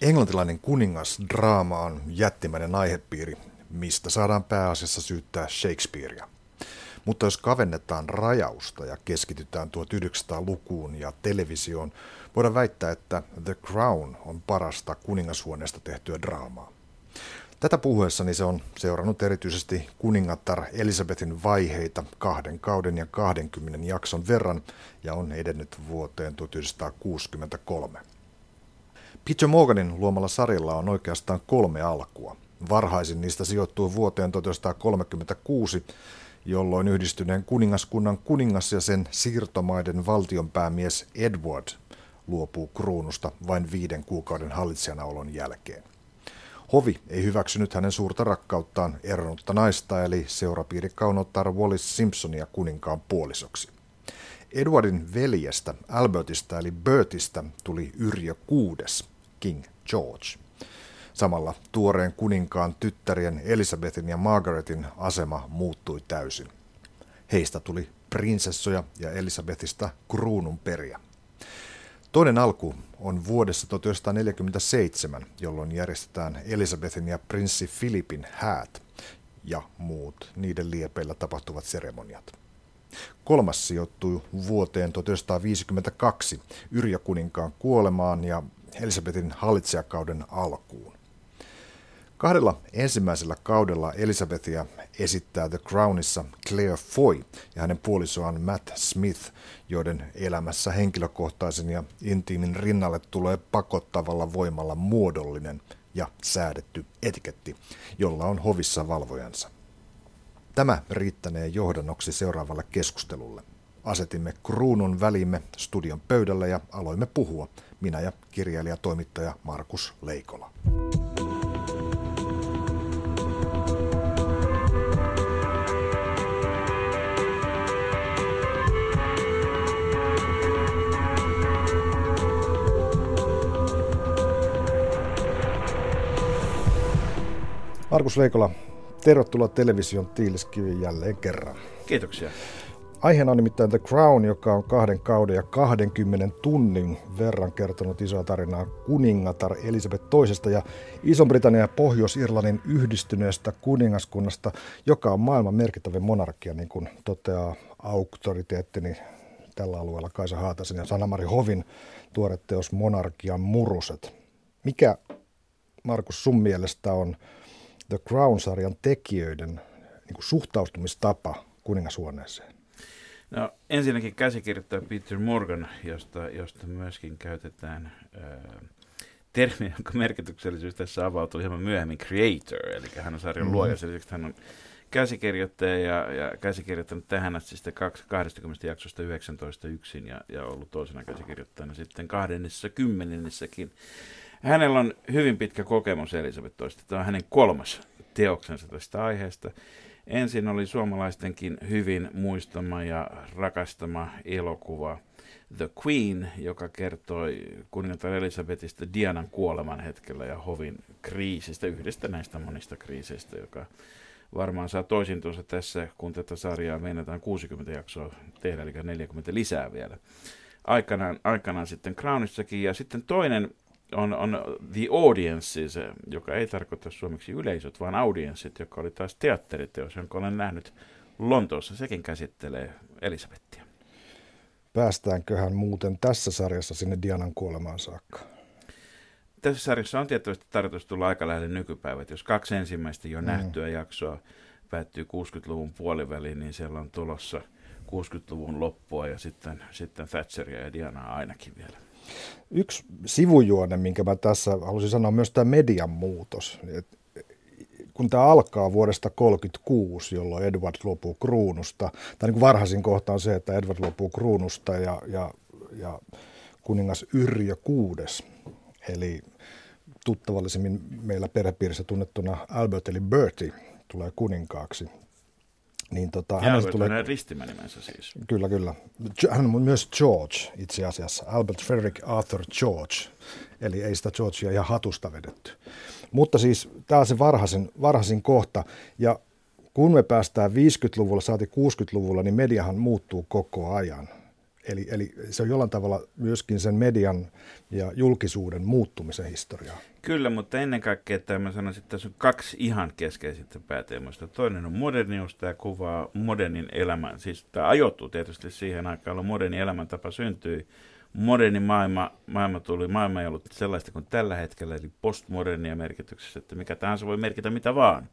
Englantilainen kuningasdraama on jättimäinen aihepiiri, mistä saadaan pääasiassa syyttää Shakespearea. Mutta jos kavennetaan rajausta ja keskitytään 1900-lukuun ja televisioon, voidaan väittää, että The Crown on parasta kuningashuoneesta tehtyä draamaa. Tätä puhuessani se on seurannut erityisesti kuningatar Elisabetin vaiheita 2 kauden ja 20 jakson verran ja on edennyt vuoteen 1963. Peter Morganin luomalla sarjalla on oikeastaan 3 alkua. Varhaisin niistä sijoittuu vuoteen 1936, jolloin yhdistyneen kuningaskunnan kuningas ja sen siirtomaiden valtionpäämies Edward luopuu kruunusta vain 5 kuukauden hallitsijanaolon jälkeen. Hovi ei hyväksynyt hänen suurta rakkauttaan eronnutta naista eli seurapiirikaunotar Wallis Simpsonia kuninkaan puolisoksi. Edwardin veljestä Albertista eli Bertistä tuli Yrjö VI, King George. Samalla tuoreen kuninkaan tyttärien Elisabetin ja Margaretin asema muuttui täysin. Heistä tuli prinsessoja ja Elisabetista kruununperiä. Toinen alku on vuodessa 1947, jolloin järjestetään Elisabetin ja prinssi Philipin häät ja muut niiden liepeillä tapahtuvat seremoniat. Kolmas sijoittuu vuoteen 1952 Yrjö kuninkaan kuolemaan ja Elisabetin hallitsijakauden alkuun. 2 ensimmäisellä kaudella Elisabetia esittää The Crownissa Claire Foy ja hänen puolisoaan Matt Smith, joiden elämässä henkilökohtaisen ja intiimin rinnalle tulee pakottavalla voimalla muodollinen ja säädetty etiketti, jolla on hovissa valvojansa. Tämä riittänee johdannoksi seuraavalle keskustelulle. Asetimme kruunun välimme studion pöydälle ja aloimme puhua, minä ja kirjailijatoimittaja Markus Leikola. Markus Leikola, tervetuloa television tiiliskiviin jälleen kerran. Kiitoksia. Aiheena on nimittäin The Crown, joka on 2 kauden ja 20 tunnin verran kertonut isoa tarinaa kuningatar Elisabeth II ja Iso-Britannian ja Pohjois-Irlannin yhdistyneestä kuningaskunnasta, joka on maailman merkittävin monarkia, niin kuin toteaa auktoriteettini tällä alueella Kaisa Haataisen ja Sanna-Mari Hovin tuore teos Monarkian muruset. Mikä, Markus, sun mielestä on The Crown-sarjan tekijöiden suhtautumistapa kuningashuoneeseen? No, ensinnäkin käsikirjoittaja Peter Morgan, josta myöskin käytetään termiä, jonka merkityksellisyys tässä avautuu hieman myöhemmin, creator, eli hän on sarjan luoja, lisäksi hän on käsikirjoittaja ja käsikirjoittanut tähän asti sitten 20 jaksosta 19 yksin ja ollut toisena käsikirjoittajana sitten 20-kin. Hänellä on hyvin pitkä kokemus Elisabeth II. Tämä on hänen 3. teoksensa tästä aiheesta. Ensin oli suomalaistenkin hyvin muistama ja rakastama elokuva The Queen, joka kertoi kuningatar Elisabetista Dianan kuoleman hetkellä ja hovin kriisistä, yhdestä näistä monista kriiseistä, joka varmaan saa toisintonsa tässä, kun tätä sarjaa meinataan 60 jaksoa tehdä, eli 40 lisää vielä. Aikanaan sitten Crownissakin, ja sitten toinen on The Audiences, joka ei tarkoita suomeksi yleisöt, vaan audienssit, joka oli taas teatteriteos, jonka olen nähnyt Lontoossa. Sekin käsittelee Elisabetia. Päästäänköhän muuten tässä sarjassa sinne Dianan kuolemaan saakka? Tässä sarjassa on tietysti tarkoitus tulla aika lähelle nykypäivät. Jos 2 ensimmäistä jo nähtyä jaksoa päättyy 60-luvun puoliväliin, niin siellä on tulossa 60-luvun loppua ja sitten Thatcheria ja Dianaa ainakin vielä. Yksi sivujuone, minkä mä tässä halusin sanoa, on myös tämä median muutos. Kun tämä alkaa vuodesta 1936, jolloin Edward luopuu kruunusta, tai niin kuin varhaisin kohta on se, että Edward luopuu kruunusta ja kuningas Yrjö VI, eli tuttavallisemmin meillä perhepiirissä tunnettuna Albert eli Bertie, tulee kuninkaaksi. Niin Albert tulee hänen ristimänimensä siis. Kyllä. Hän on myös George itse asiassa, Albert Frederick Arthur George, eli ei sitä Georgea ihan hatusta vedetty. Mutta siis tämä on se varhaisin kohta, ja kun me päästään 50-luvulla, saati 60-luvulla, niin mediahan muuttuu koko ajan. Eli se on jollain tavalla myöskin sen median ja julkisuuden muuttumisen historiaa. Kyllä, mutta ennen kaikkea että mä sanoisin, että tässä on kaksi ihan keskeisintä pääteemoista. Toinen on modernius, tämä kuvaa modernin elämän. Siis tämä ajoittuu tietysti siihen aikaan, jolloin moderni elämäntapa syntyi. Moderni maailma ei ollut sellaista kuin tällä hetkellä, eli postmodernia merkityksessä, että mikä tahansa voi merkitä mitä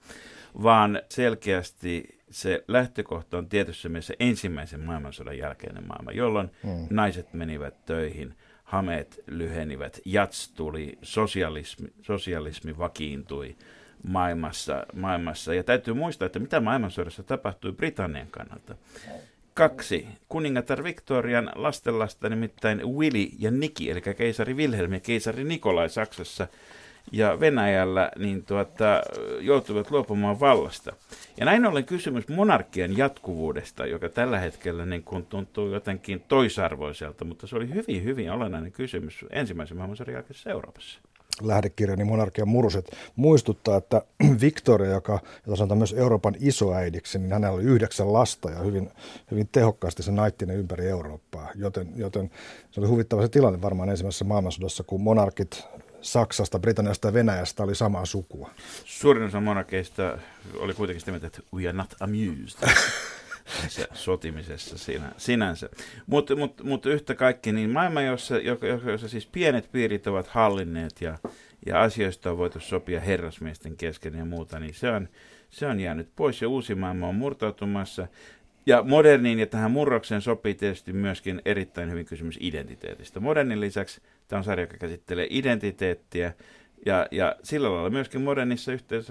vaan selkeästi se lähtökohta on tietyssä mielessä ensimmäisen maailmansodan jälkeinen maailma, jolloin naiset menivät töihin, hameet lyhenivät, jats tuli, sosialismi vakiintui maailmassa. Ja täytyy muistaa, että mitä maailmansodassa tapahtui Britannian kannalta. 2. Kuningatar Victorian lastenlasta, nimittäin Willy ja Niki, eli keisari Wilhelm ja keisari Nikolai Saksassa ja Venäjällä, joutuivat luopumaan vallasta. Ja näin ollen kysymys monarkian jatkuvuudesta, joka tällä hetkellä niin kun tuntuu jotenkin toisarvoiselta, mutta se oli hyvin, hyvin olennainen kysymys ensimmäisen maailmansodan jälkeisessä Euroopassa. Lähdekirjani Monarkian muruset muistuttaa, että Victoria, jota sanotaan myös Euroopan isoäidiksi, niin hänellä oli 9 lasta ja hyvin, hyvin tehokkaasti se naittinen ympäri Eurooppaa. Joten se oli huvittava se tilanne varmaan ensimmäisessä maailmansodassa, kun monarkit Saksasta, Britanniasta ja Venäjästä oli samaa sukua. Suurin osa monarkeista oli kuitenkin sitä mieltä, että we are not amused. Tässä sotimisessa sinänsä. Mutta yhtä kaikki, niin maailma, jossa siis pienet piirit ovat hallinneet ja asioista on voitu sopia herrasmiesten kesken ja muuta, niin se on jäänyt pois ja uusi maailma on murtautumassa. Ja moderniin ja tähän murrokseen sopii tietysti myöskin erittäin hyvin kysymys identiteetistä. Modernin lisäksi tämä on sarja, joka käsittelee identiteettiä. Ja sillä lailla myöskin modernissa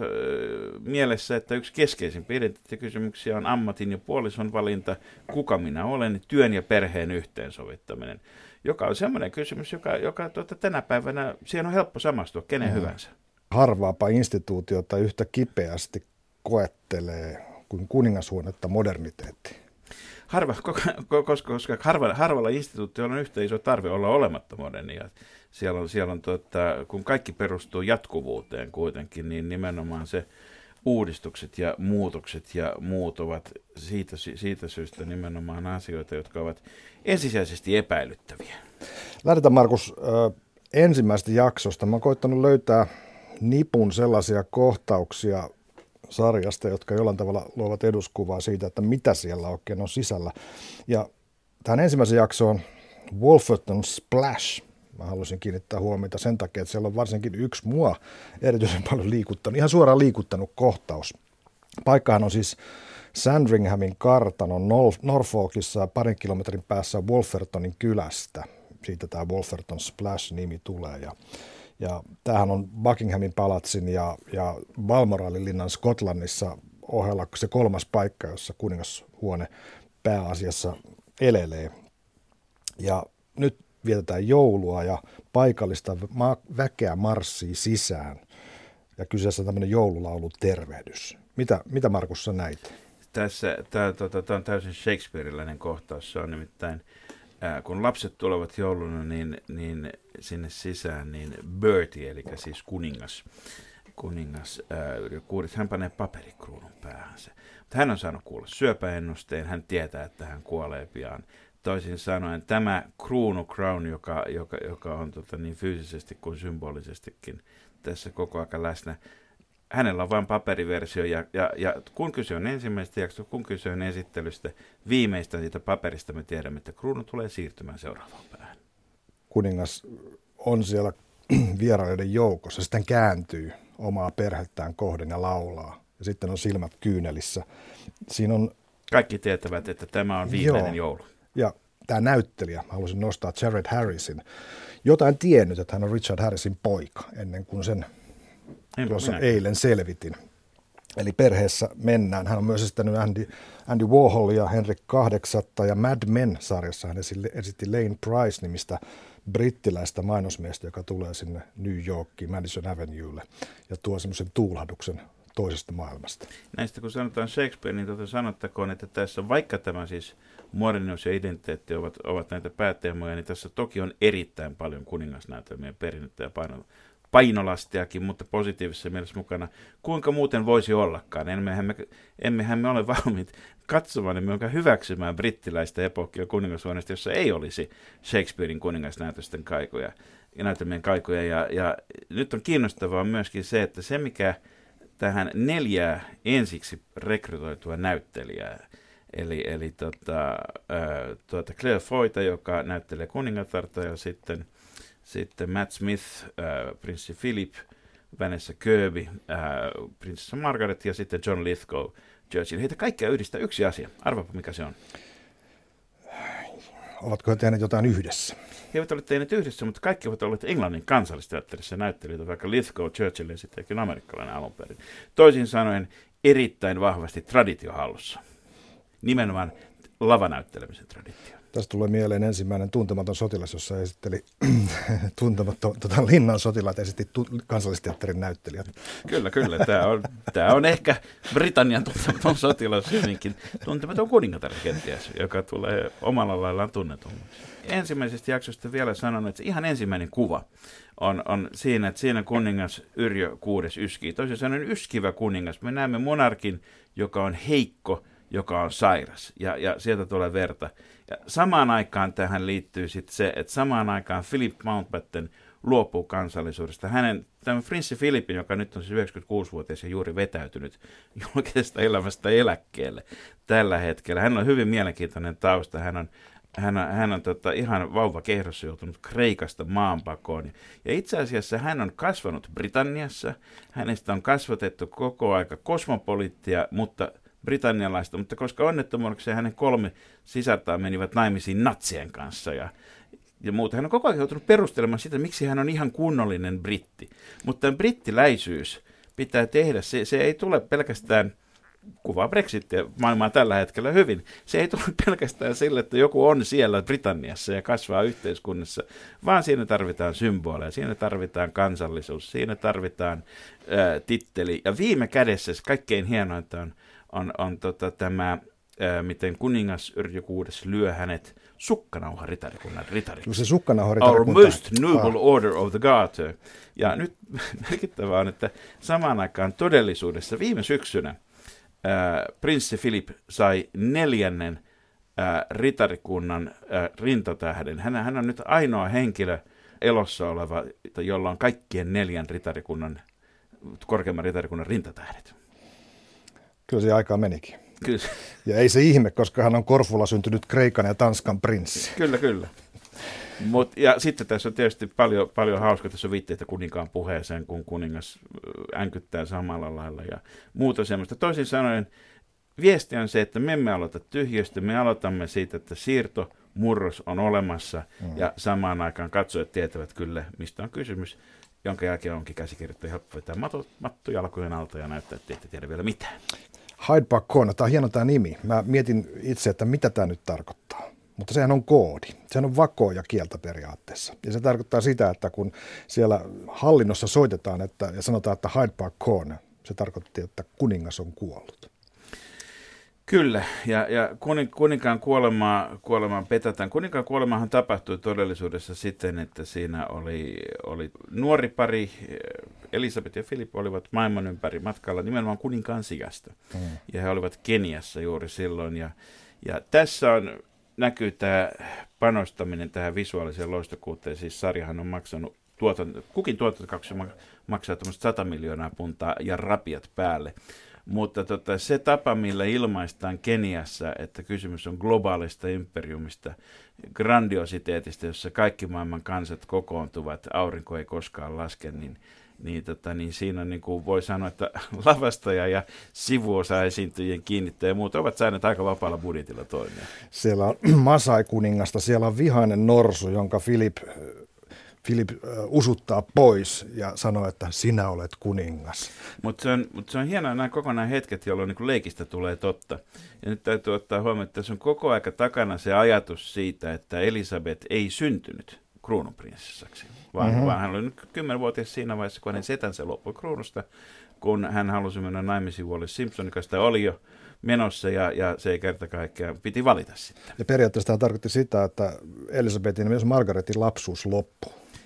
mielessä, että yksi keskeisimpiä identiteettikysymyksiä on ammatin ja puolison valinta, kuka minä olen, työn ja perheen yhteensovittaminen, joka on sellainen kysymys, joka tänä päivänä, siihen on helppo samastua kenen hyvänsä. Harvaapa instituutiota yhtä kipeästi koettelee kuin kuningashuonetta moderniteetti. Koska harvalla instituutiolla on yhtä iso tarve olla olematta modernia. Siellä on kun kaikki perustuu jatkuvuuteen kuitenkin, niin nimenomaan se uudistukset ja muutokset ja muut ovat siitä syystä nimenomaan asioita, jotka ovat ensisijaisesti epäilyttäviä. Lähdetään, Markus, ensimmäisestä jaksosta. Mä oon koittanut löytää nipun sellaisia kohtauksia sarjasta, jotka jollain tavalla luovat eduskuvaa siitä, että mitä siellä oikein on sisällä. Ja tähän ensimmäisen jaksoon Wolferton Splash. Mä haluaisin kiinnittää huomiota sen takia, että siellä on varsinkin yksi mua erityisen paljon liikuttanut, ihan suoraan liikuttanut kohtaus. Paikkahan on siis Sandringhamin kartanon Norfolkissa parin kilometrin päässä Wolfertonin kylästä. Siitä tämä Wolferton Splash-nimi tulee. Ja tämähän on Buckinghamin palatsin ja Balmoralin linnan Skotlannissa ohella se 3. paikka, jossa kuningashuone pääasiassa elelee. Ja nyt vietetään joulua ja paikallista väkeä marssii sisään. Ja kyseessä on tämmöinen joululaulutervehdys. Mitä Markus sä näit? Tämä on täysin Shakespeareläinen kohtaus. Se on nimittäin, kun lapset tulevat jouluna, niin sinne sisään, niin Bertie, eli siis kuningas hän panee paperikruunun päähänsä. Mutta hän on saanut kuulla syöpäennusteen, hän tietää, että hän kuolee pian. Toisin sanoen tämä crown, joka on niin fyysisesti kuin symbolisestikin tässä koko ajan läsnä, hänellä on vain paperiversio ja kun kyse on ensimmäisestä jaksosta, kun kyse on esittelystä, viimeistään siitä paperista me tiedämme, että kruunu tulee siirtymään seuraavaan päähän. Kuningas on siellä vierailijoiden joukossa, sitten kääntyy omaa perhettään kohden ja laulaa ja sitten on silmät kyynelissä. Siinä on... Kaikki tietävät, että tämä on viimeinen joulu. Ja tämä näyttelijä, haluaisin nostaa Jared Harrisin, jota en tiennyt, että hän on Richard Harrisin poika, ennen kuin sen tuossa eilen selvitin. Eli perheessä mennään. Hän on myös esittänyt Andy Warholia, Henrik VIII ja Mad Men-sarjassa. Hän esitti Lane Price-nimistä brittiläistä mainosmiestä, joka tulee sinne New Yorkiin, Madison Avenuelle, ja tuo semmoisen tuulahduksen toisesta maailmasta. Näistä kun sanotaan Shakespeare, niin sanottakoon, että tässä vaikka tämä siis modernius ja identiteetti ovat näitä pääteemoja, niin tässä toki on erittäin paljon kuningasnäytelmiä perinnettä ja painolastiakin, mutta positiivisessa mielessä mukana. Kuinka muuten voisi ollakaan? Emmehän me ole valmiit katsomaan, emmekä hyväksymään brittiläistä epokkia kuningashuoneesta, jossa ei olisi Shakespearein kuningasnäytösten kaikuja ja näytelmien kaikuja. Ja nyt on kiinnostavaa myöskin se, että se mikä tähän 4 ensiksi rekrytoitua näyttelijää, eli Claire Foyta, joka näyttelee kuningatarta, ja sitten Matt Smith, prinssi Philip, Vanessa Kirby, prinsessa Margaret ja sitten John Lithgow, Churchill. Heitä kaikkia yhdistää yksi asia. Arvaapa, mikä se on. Ovatko he tehneet jotain yhdessä? He eivät ole tehneet yhdessä, mutta kaikki ovat olleet Englannin kansallisteatterissa näyttelijöitä, vaikka Lithgow, Churchill ja sittenkin amerikkalainen alun perin. Toisin sanoen erittäin vahvasti traditiohallussa. Nimenomaan lavanäyttelemisen traditio. Tästä tulee mieleen ensimmäinen Tuntematon sotilas, jossa esitteli Tuntematon Linnan sotilaat, esitti kansallisteatterin näyttelijät. Kyllä. Tämä on ehkä Britannian Tuntematon sotilas, hyvinkin Tuntematon kuningatar kenties, joka tulee omalla laillaan tunnetummaksi. Ensimmäisestä jaksosta vielä sanon, että ihan ensimmäinen kuva on siinä, että siinä kuningas Yrjö VI yskii. Toisin sanoen yskivä kuningas. Me näemme monarkin, joka on heikko, joka on sairas, ja sieltä tulee verta. Ja samaan aikaan tähän liittyy sitten se, että samaan aikaan Philip Mountbatten luopuu kansallisuudesta. Tämä prinssi Philipin, joka nyt on siis 96-vuotias ja juuri vetäytynyt julkisesta elämästä eläkkeelle tällä hetkellä. Hän on hyvin mielenkiintoinen tausta. Hän on ihan vauvakehdossa joutunut Kreikasta maanpakoon. Ja itse asiassa hän on kasvanut Britanniassa. Hänestä on kasvatettu koko aika kosmopoliittia, mutta britannialaista, mutta koska onnettomuudeksi hänen 3 sisartaan menivät naimisiin natsien kanssa ja muuta. Hän on koko ajan joutunut perustelemaan sitä, miksi hän on ihan kunnollinen britti. Mutta tämän brittiläisyys pitää tehdä, se ei tule pelkästään, kuvaa Brexitia maailmaa tällä hetkellä hyvin, se ei tule pelkästään sille, että joku on siellä Britanniassa ja kasvaa yhteiskunnassa, vaan siinä tarvitaan symboleja, siinä tarvitaan kansallisuus, siinä tarvitaan titteli. Ja viime kädessä kaikkein hienointa on tämä, miten kuningas Yrjö VI lyö hänet sukkanauharitarikunnan ritariksi. Se sukkanauharitarikunta. Our most noble order of the garter. Ja nyt merkittävää on, että samaan aikaan todellisuudessa viime syksynä prinssi Philip sai 4. ritarikunnan rintatähden. Hän on nyt ainoa henkilö elossa oleva, jolla on kaikkien 4 korkeimman ritarikunnan rintatähdet. Kyllä se aikaa menikin. Kyllä. Ja ei se ihme, koska hän on Korfulla syntynyt Kreikan ja Tanskan prinssi. Kyllä. Ja sitten tässä on tietysti paljon hauskaa, tässä on viitteitä kuninkaan puheeseen, kun kuningas änkyttää samalla lailla ja muuta semmoista. Toisin sanoen viesti on se, että me emme aloita tyhjöstä, me aloitamme siitä, että siirtomurros on olemassa ja samaan aikaan katsojat tietävät kyllä, mistä on kysymys, jonka jälkeen onkin käsikirjoittaja helppo vetää matto jalkojen alta ja näyttää, että ette tiedä vielä mitään. Hyde Park Corner, tämä on hieno tämä nimi. Mä mietin itse, että mitä tämä nyt tarkoittaa. Mutta sehän on koodi. Sehän on vakoja kieltä periaatteessa. Ja se tarkoittaa sitä, että kun siellä hallinnossa soitetaan ja sanotaan, että Hyde Park Corner, se tarkoitti, että kuningas on kuollut. Kyllä, ja kuninkaan kuolemaan petätään. Kuninkaan kuolemahan tapahtui todellisuudessa siten, että siinä oli nuori pari, Elisabeth ja Philip olivat maailman ympäri matkalla nimenomaan kuninkaan sijasta. Ja he olivat Keniassa juuri silloin. Ja tässä näkyy tämä panostaminen tähän visuaaliseen loistokuuteen. Siis sarjahan on maksanut, kukin tuotantokausi maksaa 100 miljoonaa puntaa ja rapiat päälle. Mutta se tapa, millä ilmaistaan Keniassa, että kysymys on globaalista imperiumista, grandiositeetista, jossa kaikki maailman kansat kokoontuvat, aurinko ei koskaan laske, niin siinä niin kuin voi sanoa, että lavastaja ja sivuosa-esiintyjien kiinnittäjä ja muut ovat saaneet aika vapaalla budjetilla toimia. Siellä on Masai-kuningasta, siellä on vihainen norsu, jonka Philip usuttaa pois ja sanoo, että sinä olet kuningas. Mutta se on hienoa nämä kokonaan hetket, jolloin niin leikistä tulee totta. Ja nyt täytyy ottaa huomioon, että tässä on koko aika takana se ajatus siitä, että Elisabeth ei syntynyt kruununprinsessaksi, vaan hän oli nyt 10-vuotias siinä vaiheessa, kun hänen setänsä loppui kruunusta, kun hän halusi mennä naimisiin Wallis Simpsonin kanssa, sitä oli jo menossa ja se ei kerta kaikkiaan piti valita sitten. Ja periaatteessa tämä tarkoitti sitä, että Elisabetin ja myös Margaretin lapsuus loppui.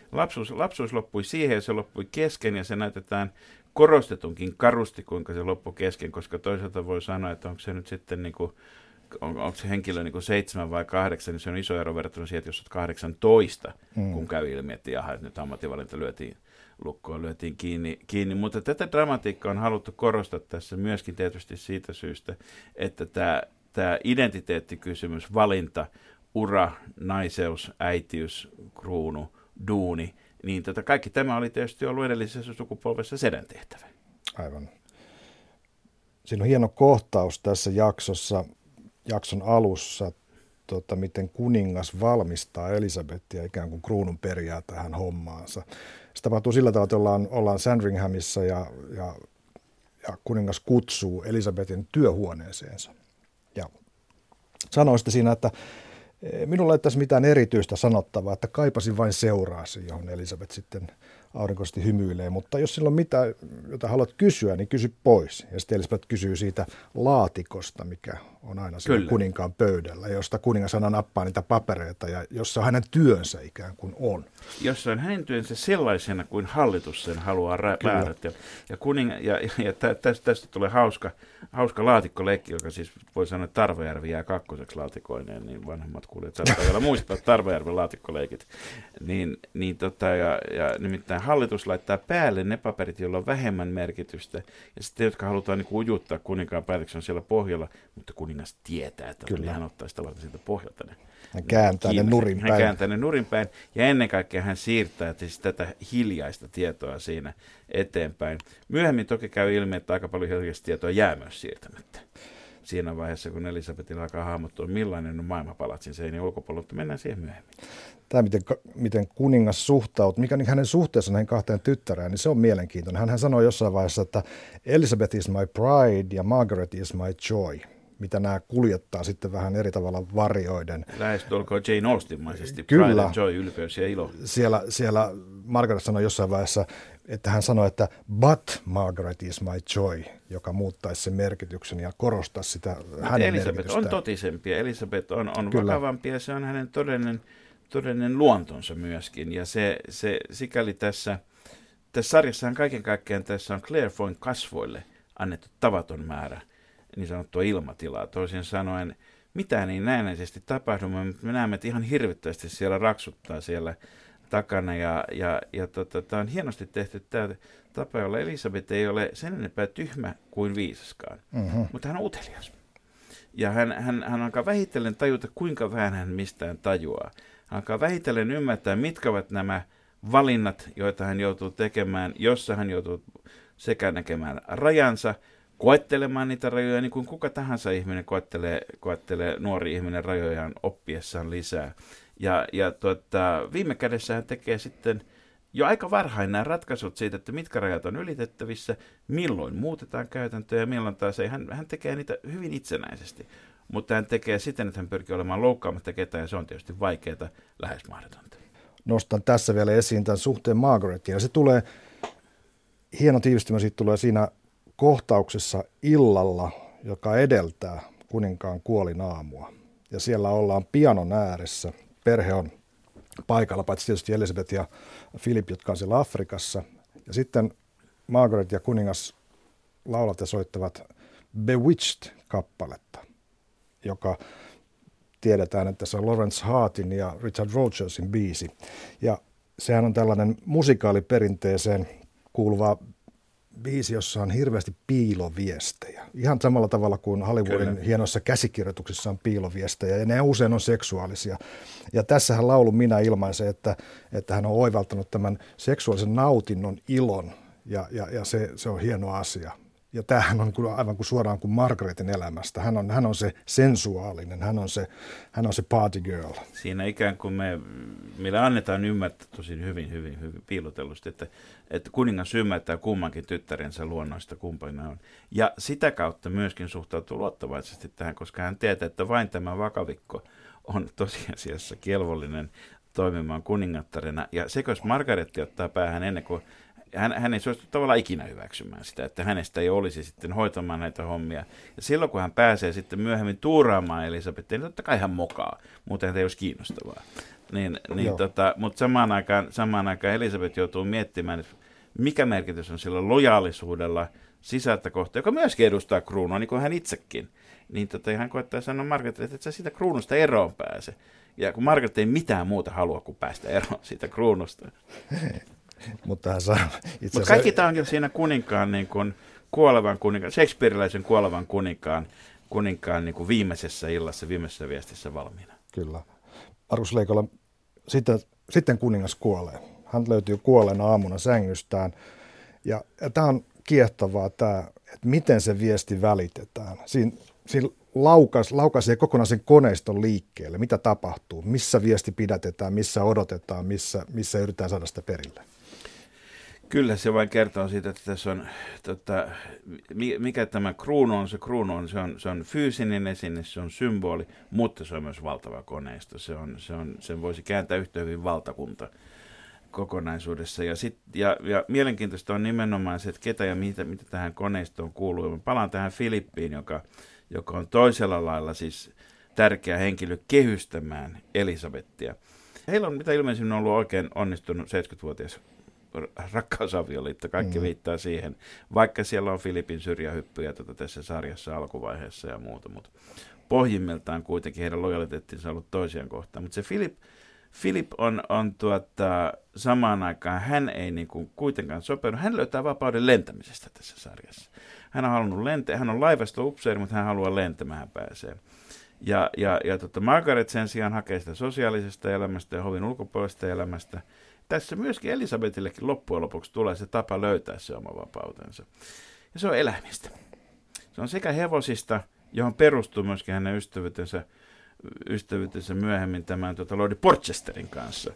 lapsuus loppui siihen ja se loppui kesken ja se näytetään korostetunkin karusti, kuinka se loppui kesken, koska toisaalta voi sanoa, että onko se nyt sitten niin kuin, onko se henkilö niin kuin 7 vai 8, niin se on iso ero verrattuna siihen, että jos olet 18, kun käy ilmi, että jaha, että nyt ammattivalinta lyötiin lukkoon, lyötiin kiinni. Mutta tätä dramatiikkaa on haluttu korostaa tässä myöskin tietysti siitä syystä, että tämä identiteettikysymys, valinta, ura, naiseus, äitiys, kruunu, duuni, niin kaikki tämä oli tietysti ollut edellisessä sukupolvessa sedän tehtävä. Aivan. Siinä on hieno kohtaus tässä jakson alussa, miten kuningas valmistaa Elisabetia ikään kuin kruunun perijää tähän hommaansa. Se tapahtuu sillä tavalla, että ollaan Sandringhamissa ja kuningas kutsuu Elisabetin työhuoneeseensa. Ja sanoi sitten siinä, että minulla ei tässä mitään erityistä sanottavaa, että kaipasin vain seuraasi, johon Elisabeth sitten aurinkoisesti hymyilee. Mutta jos sillä on mitään, jota haluat kysyä, niin kysy pois. Ja sitten Elisabeth kysyy siitä laatikosta, mikä on aina siellä kuninkaan pöydällä, josta kuningas aina nappaa niitä papereita ja jossa hänen työnsä ikään kuin on. Jossa on hänen työnsä sellaisena kuin hallitus sen haluaa määrätä. Ja tästä tulee hauska laatikkoleikki, joka siis voi sanoa, että Tarvajärvi jää kakkoseksi laatikoineen, niin vanhemmat kuulijat saattaa vielä muistaa Tarvajärven laatikkoleikit. Ja nimittäin hallitus laittaa päälle ne paperit, joilla on vähemmän merkitystä, ja sitten jotka halutaan niin ujuttaa kuninkaan päätöksen siellä pohjalla, mutta kuningas tietää, että hän ottaa sitä varten siitä pohjalta ne. Hän kääntää ne nurin päin, ja ennen kaikkea hän siirtää siis tätä hiljaista tietoa siinä eteenpäin. Myöhemmin toki käy ilmi, että aika paljon hiljaista tietoa jää myös siirtämättä. Siinä vaiheessa, kun Elisabetilla alkaa hahmottua, millainen on maailma palatsin seinien ulkopuolella, mutta mennään siihen myöhemmin. Tämä, miten kuningas suhtautuu, mikä hänen suhteessa näihin 2 tyttärään, niin se on mielenkiintoinen. Hän sanoi jossain vaiheessa, että Elizabeth is my pride ja Margaret is my joy, mitä nämä kuljettaa sitten vähän eri tavalla varjoiden. Lähestulkoon Jane Austen-maisesti. Kyllä. Pride and joy, ylpeys ja ilo. Siellä Margaret sanoi jossain vaiheessa, että hän sanoi, että but Margaret is my joy, joka muuttaisi sen merkityksen ja korostaisi sitä hänen Elisabeth merkitystään. on totisempi, Elisabeth on vakavampi ja se on hänen todellinen luontonsa myöskin. Ja se sikäli tässä sarjassahan kaiken kaikkiaan tässä on Claire Foyn kasvoille annettu tavaton määrä niin sanottua ilmatilaa. Toisin sanoen mitään ei näennäisesti tapahdu, mutta me näemme, että ihan hirvittävästi siellä raksuttaa siellä takana. Tämä on hienosti tehty tämä tapa, jolla Elisabeth ei ole sen enempää tyhmä kuin viisaskaan, mutta hän on utelias. Ja hän alkaa vähitellen tajuta, kuinka vähän hän mistään tajuaa. Hän alkaa vähitellen ymmärtää, mitkä ovat nämä valinnat, joita hän joutuu tekemään, jossa hän joutuu sekä näkemään rajansa, koettelemaan niitä rajoja, niin kuin kuka tahansa ihminen koettelee nuori ihminen rajojaan oppiessaan lisää. Viime kädessä hän tekee sitten jo aika varhain nämä ratkaisut siitä, että mitkä rajat on ylitettävissä, milloin muutetaan käytäntöjä ja milloin taas ei. Hän tekee niitä hyvin itsenäisesti, mutta hän tekee siten, että hän pyrkii olemaan loukkaamatta ketään, ja se on tietysti vaikeaa, lähes mahdotonta. Nostan tässä vielä esiin tämän suhteen Margaretiin, ja se tulee, hieno tiivistymä siitä tulee siinä kohtauksessa illalla, joka edeltää kuninkaan kuolinaamua. Ja siellä ollaan pianon ääressä. Perhe on paikalla, paitsi tietysti Elizabeth ja Philip, jotka on siellä Afrikassa. Ja Margaret ja kuningas laulavat ja soittavat Bewitched-kappaletta, joka tiedetään, että se on Lawrence Hartin ja Richard Rogersin biisi. Ja sehän on tällainen musikaaliperinteeseen kuuluva biisi, jossa on hirveästi piiloviestejä. Ihan samalla tavalla kuin Hollywoodin hienoissa käsikirjoituksissa on piiloviestejä, ja ne usein on seksuaalisia. Ja tässähän laulu Minä ilmaisee, että hän on oivaltanut tämän seksuaalisen nautinnon ilon, ja se on hieno asia. Ja tämähän on aivan kuin suoraan kuin Margaretin elämästä. Hän on se sensuaalinen, hän on se party girl. Siinä ikään kuin meille annetaan ymmärtää tosi hyvin piilotellusti, että kuningas ymmärtää kummankin tyttärensä luonnoista kumpana on. Ja sitä kautta myöskin suhtautuu luottavaisesti tähän, koska hän tietää, että vain tämä vakavikko on tosiasiassa kelvollinen toimimaan kuningattarena. Ja se, jos Margaretti ottaa päähän ennen kuin hän ei suostu tavallaan ikinä hyväksymään sitä, että hänestä ei olisi sitten hoitamaan näitä hommia. Ja silloin, kun hän pääsee sitten myöhemmin tuuraamaan Elisabetia, niin totta kai hän mokaa, muuten ei olisi kiinnostavaa. Mutta samaan aikaan Elisabeth joutuu miettimään, että mikä merkitys on sillä lojaalisuudella sisältä kohtaa, joka myöskin edustaa kruunua, niin kuin hän itsekin. Niin hän koettaa sanoa Margaretille, että et sä siitä kruunusta eroon pääse. Ja kun Margaret ei mitään muuta halua kuin päästä eroon siitä kruunusta. Mutta hän saa Mutta kaikki tämä onkin siinä kuninkaan, niin kuin kuolevan kuninkaan, shakespearilaisen kuolevan kuninkaan niin kuin viimeisessä illassa, viimeisessä viestissä valmiina. Kyllä. Markus Leikola, sitten kuningas kuolee. Hän löytyy kuolleena aamuna sängystään. Ja tämä on kiehtovaa, että miten se viesti välitetään. Siinä laukaisee kokonaisen koneiston liikkeelle. Mitä tapahtuu? Missä viesti pidätetään? Missä odotetaan? Missä yritetään saada sitä perille? Kyllä se vain kertoo siitä, että tässä on, mikä tämä kruunu on. Se on fyysinen esine, se on symboli, mutta se on myös valtava koneisto. Sen voisi kääntää yhtä hyvin valtakunta kokonaisuudessa. Ja mielenkiintoista on nimenomaan se, että ketä ja mitä tähän koneistoon kuuluu. Mä palaan tähän Filippiin, joka on toisella lailla siis tärkeä henkilö kehystämään Elisabettia. Heillä on mitä ilmeisimmin ollut oikein onnistunut 70-vuotias rakkausavioliitto, kaikki viittaa siihen, vaikka siellä on Filipin syrjähyppyjä tässä sarjassa alkuvaiheessa ja muuta, mutta pohjimmiltaan kuitenkin heidän lojaliteettinsa on ollut toisiaan kohtaan. Mutta se Philip on samaan aikaan, hän ei niin kuitenkaan sopeudu, hän löytää vapauden lentämisestä tässä sarjassa. Hän on halunnut lentää, hän on laivasto-upseeri, mutta hän haluaa lentämään, hän pääsee. Ja Margaret sen sijaan hakee sitä sosiaalisesta elämästä ja hovin ulkopuolisesta elämästä. Tässä myöskin Elisabetillekin loppujen lopuksi tulee se tapa löytää se oma vapautensa. Ja se on eläimistä. Se on sekä hevosista, johon perustuu myöskin hänen ystävyytensä myöhemmin tämän Lordi Porchesterin kanssa.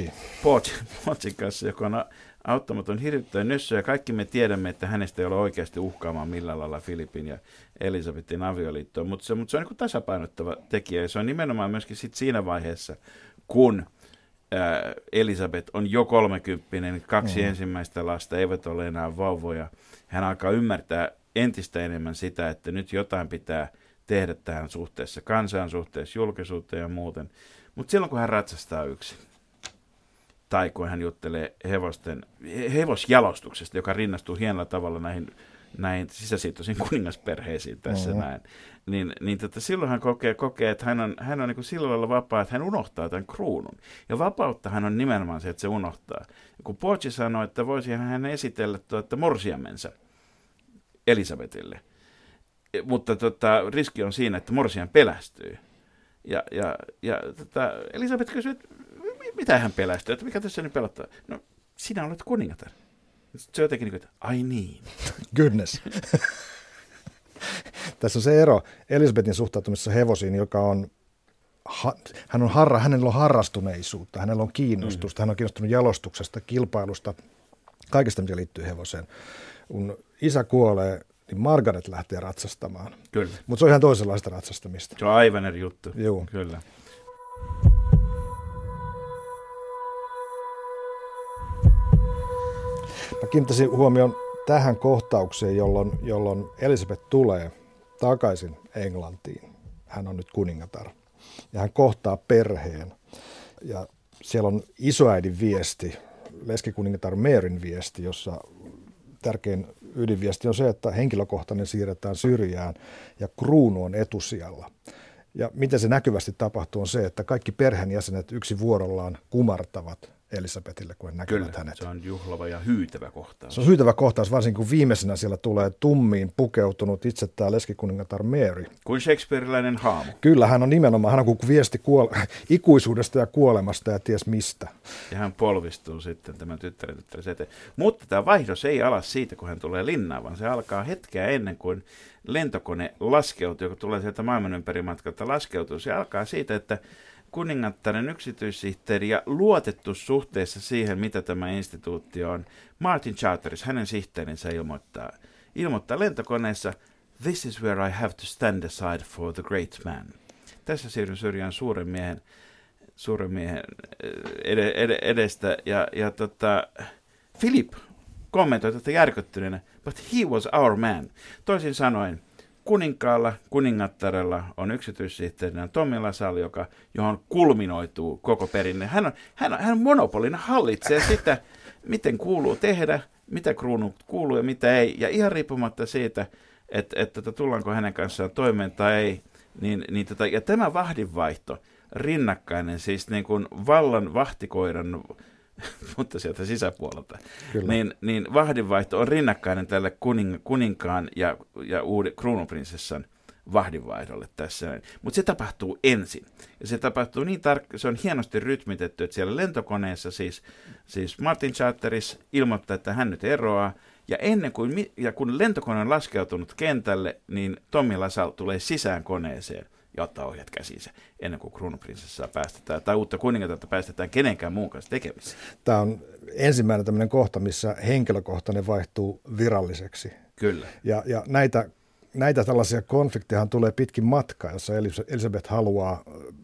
Pochin kanssa, joka on auttamaton hirvittäin nössö, ja kaikki me tiedämme, että hänestä ei ole oikeasti uhkaamaan millään lailla Filipin ja Elisabetin avioliittoa, mutta se on niin kuin tasapainottava tekijä, ja se on nimenomaan myöskin siinä vaiheessa, kun Elisabeth on jo 30, kaksi ensimmäistä lasta eivät ole enää vauvoja. Hän alkaa ymmärtää entistä enemmän sitä, että nyt jotain pitää tehdä tähän suhteessa kansaan, suhteessa julkisuuteen ja muuten. Mutta silloin kun hän ratsastaa yksin, tai kun hän juttelee hevosjalostuksesta, joka rinnastuu hienolla tavalla näihin sisäsiittoisiin kuningasperheisiin tässä näin, niin silloin hän kokee, että hän on niin kuin sillä lailla vapaa, että hän unohtaa tämän kruunun. Ja vapautta hän on nimenomaan se, että se unohtaa. Ja kun Pochi sanoi, että voisi hän esitellä morsiamensa Elisabetille, mutta riski on siinä, että morsian pelästyy. Ja Elisabeth kysyi, että mitä hän pelästyy, että mikä tässä nyt pelottaa? No, sinä olet kuningatar. Se on jotenkin niin kuin, että ai niin. Goodness. Tässä on se ero Elisabetin suhtautumisessa hevosiin, joka on, hänellä on harrastuneisuutta, hänellä on kiinnostusta, hän on kiinnostunut jalostuksesta, kilpailusta, kaikesta, mikä liittyy hevoseen. Kun isä kuolee, niin Margaret lähtee ratsastamaan. Kyllä. Mutta se on ihan toisenlaista ratsastamista. Se on aivan eri juttu. Joo. Kyllä. Mä kiinnittäisin huomioon tähän kohtaukseen, jolloin Elisabeth tulee takaisin Englantiin. Hän on nyt kuningatar. Ja hän kohtaa perheen. Ja siellä on isoäidin viesti, leskikuningatar Maryn viesti, jossa tärkein ydinviesti on se, että henkilökohtainen siirretään syrjään ja kruunu on etusijalla. Ja miten se näkyvästi tapahtuu on se, että kaikki perheenjäsenet yksi vuorollaan kumartavat Elisabetille, kun he näkevät hänet. Se on juhlava ja hyytävä kohtaus. Se on hyytävä kohtaus, varsinkin kun viimeisenä siellä tulee tummiin pukeutunut itse tämä leskikuningatar Mary. Kuin shakespearilainen haamu. Kyllä, hän on nimenomaan, hän on kuin viesti ikuisuudesta ja kuolemasta ja ties mistä. Ja hän polvistuu sitten tämän tyttären eteen. Mutta tämä vaihdos ei ala siitä, kun hän tulee linnaan, vaan se alkaa hetkeä ennen kuin lentokone laskeutuu, joka tulee sieltä maailman ympärimatkalta laskeutuu. Se alkaa siitä, että kuningattaren yksityissihteeri ja luotettu suhteessa siihen, mitä tämä instituutio on. Martin Charteris, hänen sihteerinsä ilmoittaa lentokoneessa, "This is where I have to stand aside for the great man." Tässä siirryn syrjään suuren miehen edestä. Philip kommentoi tätä järkyttyneenä, "But he was our man." Toisin sanoen, kuninkaalla, kuningattarella on yksityissihteerinä Tommy LaSalle, johon kulminoituu koko perinne. Hän monopolina hallitsee sitä, miten kuuluu tehdä, mitä kruunu kuuluu ja mitä ei. Ja ihan riippumatta siitä, että tullaanko hänen kanssaan toimeen tai ei, ja tämä vahdinvaihto, rinnakkainen, siis niin kuin vallan vahtikoiran, mutta sieltä sisäpuolelta, niin vahdinvaihto on rinnakkainen tälle kuninkaan ja uuden kruununprinsessan vahdinvaihdolle tässä. Mutta se tapahtuu ensin. Ja se tapahtuu niin se on hienosti rytmitetty, että siellä lentokoneessa siis Martin Charteris ilmoittaa, että hän nyt eroaa. Ja kun lentokone on laskeutunut kentälle, niin Tommy LaSalle tulee sisään koneeseen ja ottaa ohjat käsiinsä ennen kuin kruununprinsessaa päästetään tai uutta kuningatarta päästetään kenenkään muun kanssa tekemisiin. Tämä on ensimmäinen tämmöinen kohta, missä henkilökohtainen vaihtuu viralliseksi. Kyllä. Ja näitä tällaisia konflikteja tulee pitkin matkaa, jossa Elisabeth haluaa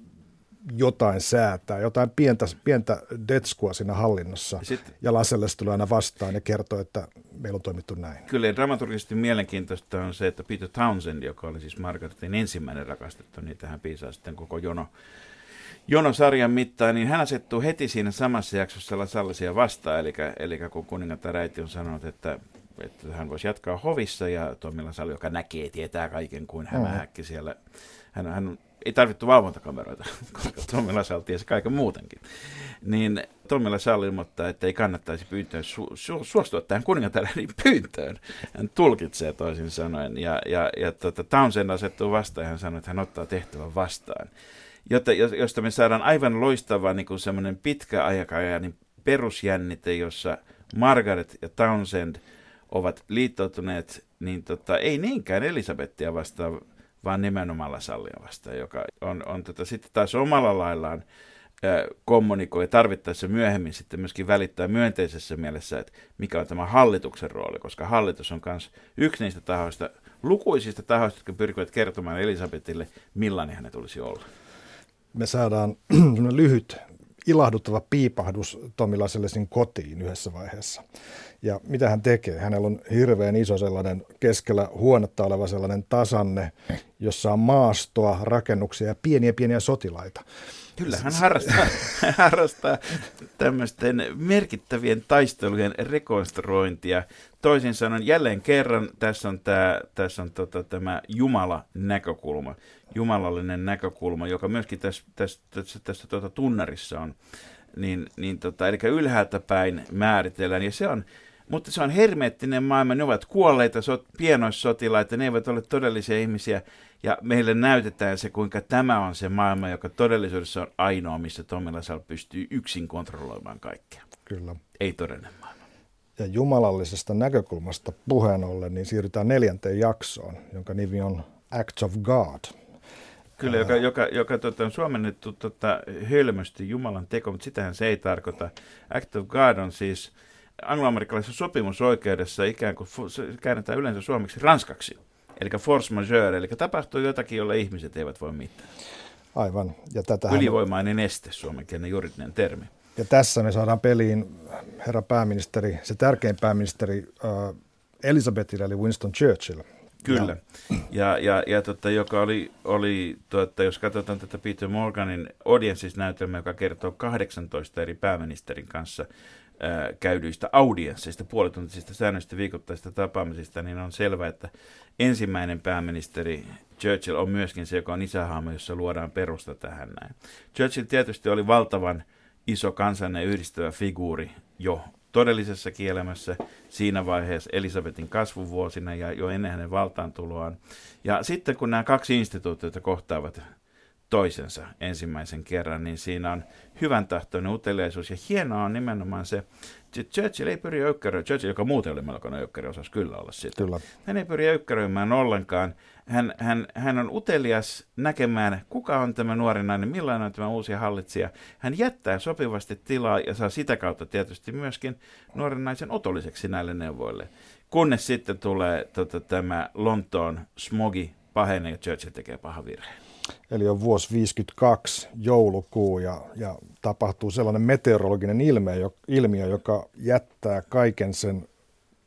jotain säätää, jotain pientä detskua siinä hallinnossa. Ja LaSalle tulee aina vastaan ja kertoo, että meillä on toimittu näin. Kyllä, ja dramaturgisesti mielenkiintoista on se, että Peter Townsend, joka oli siis Margaretin ensimmäinen rakastettu, niin tähän piisaa sitten koko jonosarjan mittaan, niin hän asettuu heti siinä samassa jaksossa LaSallea vastaan, eli kun kuningatar äiti on sanonut, että hän voisi jatkaa hovissa, ja Tommy LaSalle, joka tietää kaiken kuin hämähäkki siellä, hän ei tarvittu valvontakameroita, koska Tommy LaSalle tiesi kaiken muutenkin. Niin Tommy LaSalle ilmoittaa, että ei kannattaisi pyyntöön suostua tähän kuningattaren pyyntöön. Hän tulkitsee toisin sanoen. Ja Townsend asettuu vastaan ja hän sanoo, että hän ottaa tehtävän vastaan. Josta me saadaan aivan loistava niin kuin semmoinen pitkäaikainen perusjännite, jossa Margaret ja Townsend ovat liittoutuneet, niin ei niinkään Elisabettia vastaan, vaan nimenomaan LaSallea vastaan, joka on sitten taas omalla laillaan kommunikoi ja tarvittaessa myöhemmin sitten myöskin välittää myönteisessä mielessä, että mikä on tämä hallituksen rooli, koska hallitus on myös yksi niistä tahoista, lukuisista tahoista, jotka pyrkivät kertomaan Elisabetille, millainen hänet tulisi olla. Me saadaan lyhyt, ilahduttava piipahdus Tommy LaSallen kotiin yhdessä vaiheessa. Ja mitä hän tekee? Hänellä on hirveän iso sellainen keskellä huonetta oleva sellainen tasanne, jossa on maastoa, rakennuksia ja pieniä sotilaita. Kyllä, hän harrastaa tämmöisten merkittävien taistelujen rekonstruointia. Toisin sanoen jälleen kerran tässä on tämä Jumala-näkökulma, jumalallinen näkökulma, joka myöskin tässä tunnarissa on. Eli ylhäältä päin määritellään, ja mutta se on hermeettinen maailma, ne ovat kuolleita pienoissotilaita, ne eivät ole todellisia ihmisiä, ja meille näytetään se, kuinka tämä on se maailma, joka todellisuudessa on ainoa, missä Tommy LaSalle pystyy yksin kontrolloimaan kaikkea. Kyllä. Ei todellinen maailma. Ja jumalallisesta näkökulmasta puheen ollen, niin siirrytään 4. jaksoon, jonka nimi on Act of God. Kyllä, joka on suomennettu hölmösti Jumalan teko, mutta sitähän se ei tarkoita. Act of God on siis angloamerikkalaisessa sopimusoikeudessa ikään kuin käännetään yleensä suomeksi ranskaksi, eli force majeure, eli tapahtuu jotakin, jolle ihmiset eivät voi mitään. Aivan. Ja ylivoimainen este, suomenkielinen juridinen termi. Ja tässä me saadaan peliin herra pääministeri, se tärkein pääministeri Elisabethille, eli Winston Churchill. Kyllä, joka oli jos katsotaan tätä Peter Morganin Audiences-näytelmää, joka kertoo 18 eri pääministerin kanssa käydyistä audiensseista, puolituntisista säännöistä viikoittaisista tapaamisista, niin on selvää, että ensimmäinen pääministeri Churchill on myöskin se, joka on isähahmo, jossa luodaan perusta tähän näin. Churchill tietysti oli valtavan iso kansainen yhdistävä figuuri jo todellisessa elämässä siinä vaiheessa Elisabetin kasvuvuosina ja jo ennen hänen valtaantuloaan. Ja sitten kun nämä kaksi instituutiota kohtaavat toisensa ensimmäisen kerran, niin siinä on hyvän tahtoinen uteliaisuus. Ja hienoa on nimenomaan se, että Churchill ei pyri öykkäröimään, Churchill, joka muuten oli melkoinen öykkärö, osasi kyllä olla sitä. Kyllä. Hän ei pyri öykkäröimään ollenkaan. Hän on utelias näkemään, kuka on tämä nuori nainen, millainen on tämä uusi hallitsija. Hän jättää sopivasti tilaa ja saa sitä kautta tietysti myöskin nuoren naisen otolliseksi näille neuvoille. Kunnes sitten tulee tämä Lontoon smogi pahenee ja Churchill tekee paha virheen. Eli on vuosi 1952 joulukuu ja tapahtuu sellainen meteorologinen ilmiö, joka jättää kaiken sen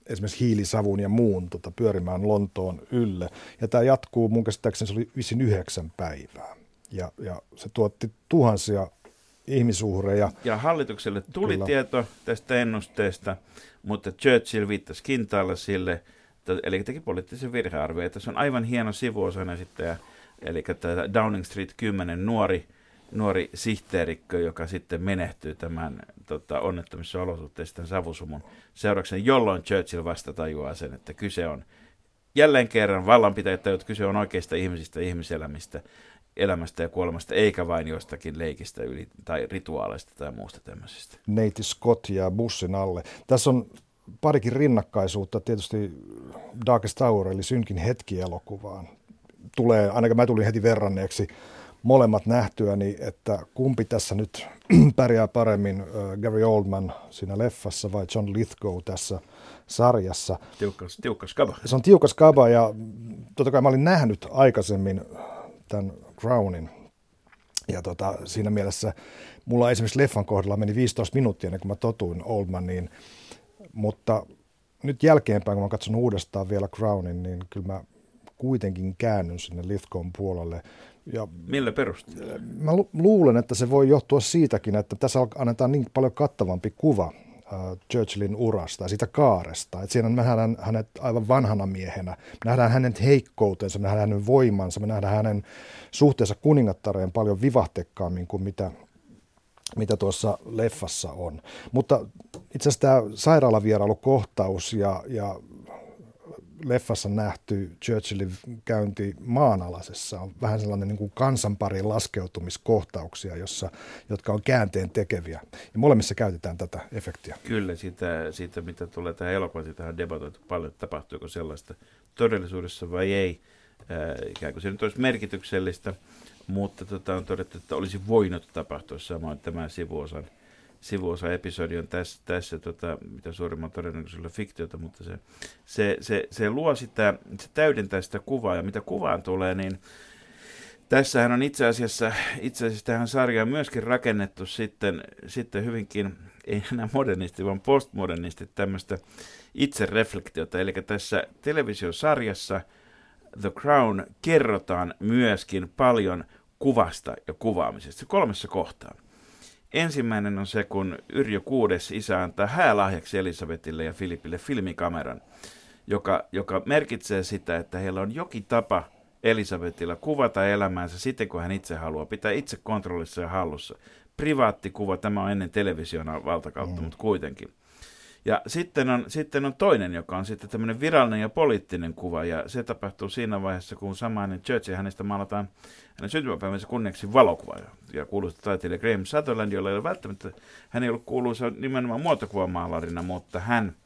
esimerkiksi hiilisavun ja muun pyörimään Lontoon ylle. Ja tämä jatkuu, mun käsittääkseni se oli 9 päivää. Ja se tuotti tuhansia ihmisuhreja. Ja hallitukselle tuli tieto tästä ennusteesta, mutta Churchill viittasi kintaalla sille, eli teki poliittisen virhearvio. Tässä on aivan hieno sivuosan esittäjä, eli tämä Downing Street 10 nuori sihteerikkö, joka sitten menehtyy tämän onnettomissa olosuhteissa tämän savusumun seurauksena, jolloin Churchill vasta tajuaa sen, että kyse on jälleen kerran vallanpitäjät, että kyse on oikeista ihmisistä, ihmiselämistä, elämästä ja kuolemasta, eikä vain jostakin leikistä tai rituaaleista tai muusta tämmöisestä. Neiti Scott jää bussin alle. Tässä on parikin rinnakkaisuutta. Tietysti Darkest Hour, eli Synkin hetki -elokuvaan. Ainakin mä tulin heti verranneeksi molemmat nähtyäni, että kumpi tässä nyt pärjää paremmin, Gary Oldman siinä leffassa vai John Lithgow tässä sarjassa. Tiukka skaba. Se on tiukka skaba, ja totta kai mä olin nähnyt aikaisemmin tämän Crownin. Ja siinä mielessä mulla esimerkiksi leffan kohdalla meni 15 minuuttia ennen kuin mä totuin Oldmaniin, mutta nyt jälkeenpäin, kun mä katson uudestaan vielä Crownin, niin kyllä mä kuitenkin käännyn sinne Lithgown puolelle. Ja millä perusteella? Mä luulen, että se voi johtua siitäkin, että tässä annetaan niin paljon kattavampi kuva Churchillin urasta ja siitä kaaresta. Että siinä me nähdään hänet aivan vanhana miehenä, me nähdään hänen heikkoutensa, me nähdään hänen voimansa, me nähdään hänen suhteensa kuningattareen paljon vivahteikkaammin kuin mitä tuossa leffassa on. Mutta itse asiassa tämä sairaalavierailukohtaus ja leffassa nähty Churchillin käynti maanalaisessa on vähän sellainen niin kuin kansanparin laskeutumiskohtauksia, jotka on käänteen tekeviä. Ja molemmissa käytetään tätä efektiä. Kyllä, siitä mitä tulee tähän elokuvaan, siitä on debatoitu paljon, että tapahtuuko sellaista todellisuudessa vai ei. Ikään kuin se nyt olisi merkityksellistä, mutta on todettu, että olisi voinut tapahtua samoin tämän sivuosa-episodi on tässä mitä suurimman todennäköisyydellä fiktiota, mutta se luo sitä, se täydentää sitä kuvaa, ja mitä kuvaan tulee, niin tässähän on itse asiassa tähän sarjaan myöskin rakennettu sitten hyvinkin, ei enää modernisti, vaan postmodernisti tämmöistä itsereflektiota, eli tässä televisiosarjassa The Crown kerrotaan myöskin paljon kuvasta ja kuvaamisesta 3 kohtaa. Ensimmäinen on se, kun Yrjö VI isä antaa häälahjaksi Elisabetille ja Filipille filmikameran, joka merkitsee sitä, että heillä on jokin tapa Elisabetilla kuvata elämäänsä sitten, kun hän itse haluaa, pitää itse kontrollissa ja hallussa. Privaattikuva, tämä on ennen television valtakautta, mutta kuitenkin. Ja sitten on toinen, joka on sitten tämmöinen virallinen ja poliittinen kuva, ja se tapahtuu siinä vaiheessa, kun samainen Churchill, hänestä maalataan hänen syntymäpäivänsä kunniaksi valokuva, ja kuuluisa taiteilija Graham Sutherland, jolla ei ole välttämättä, hän ei ollut kuuluisa nimenomaan muotokuvamaalarina, mutta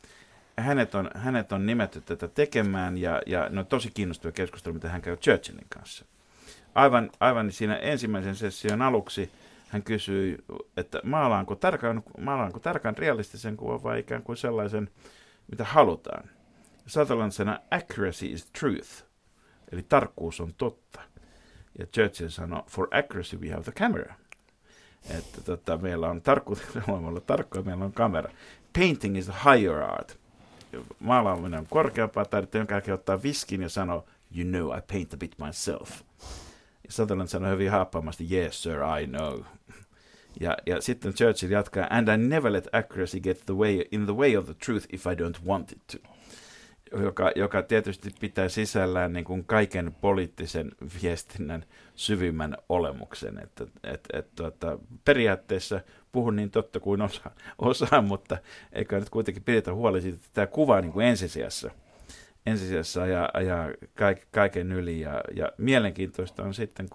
hänet on nimetty tätä tekemään, ja ne on tosi kiinnostava keskustelu, mitä hän käy Churchillin kanssa. Aivan siinä ensimmäisen session aluksi hän kysyi, että maalaanko tarkan realistisen kuvan vai ikään kuin sellaisen, mitä halutaan. Sutherland sanoi, accuracy is truth, eli tarkkuus on totta. Ja Churchill sanoi, for accuracy we have the camera. Että meillä on tarkkuutta, meillä on kamera. Painting is a higher art. Maalaaminen on korkeampaa taidetta, jonka jälkeen ottaa viskin ja sanoo, you know, I paint a bit myself. Sutherland sanoi hyvin haappaamasti, yes sir, I know. Ja sitten Churchill jatkaa, and I never let accuracy get in the way of the truth if I don't want it to. Joka tietysti pitää sisällään niin kuin kaiken poliittisen viestinnän syvimmän olemuksen. Että periaatteessa puhun niin totta kuin osaan, mutta eikä nyt kuitenkin pidetä huoli siitä, että tämä kuva niin kuin ensisijassa ajaa kaiken yli. Ja mielenkiintoista on sitten,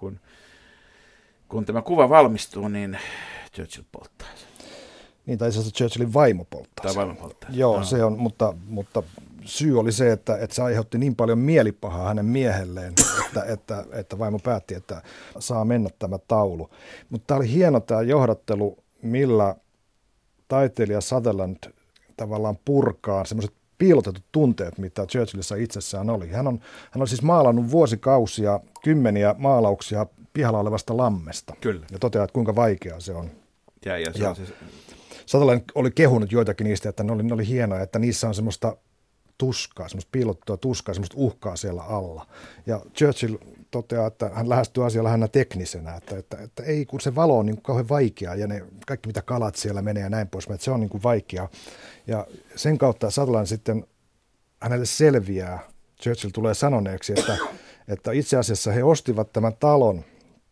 kun tämä kuva valmistuu, niin Churchill polttaa sen. Niin, tai itse asiassa Churchillin vaimo polttaa sen. Joo, no. Se on, mutta syy oli se, että se aiheutti niin paljon mielipahaa hänen miehelleen, että vaimo päätti, että saa mennä tämä taulu. Mutta tämä oli hieno tämä johdattelu, millä taiteilija Sutherland tavallaan purkaa semmoiset piilotetut tunteet, mitä Churchillissa itsessään oli. Hän on siis maalannut vuosikausia, kymmeniä maalauksia pihalla olevasta lammesta. Kyllä. Ja toteaa, että kuinka vaikeaa se on. Ja se on siis... Sutherland oli kehunut joitakin niistä, että ne oli hienoja, että niissä on semmoista tuskaa, semmoista piilottua tuskaa, semmoista uhkaa siellä alla. Ja Churchill toteaa, että hän lähestyy asiaa lähinnä teknisenä, että ei, kun se valo on niin kuin kauhean vaikeaa ja ne kaikki mitä kalat siellä menee ja näin pois, että se on niin kuin vaikeaa. Ja sen kautta Sutherland sitten hänelle selviää, Churchill tulee sanoneeksi, että itse asiassa he ostivat tämän talon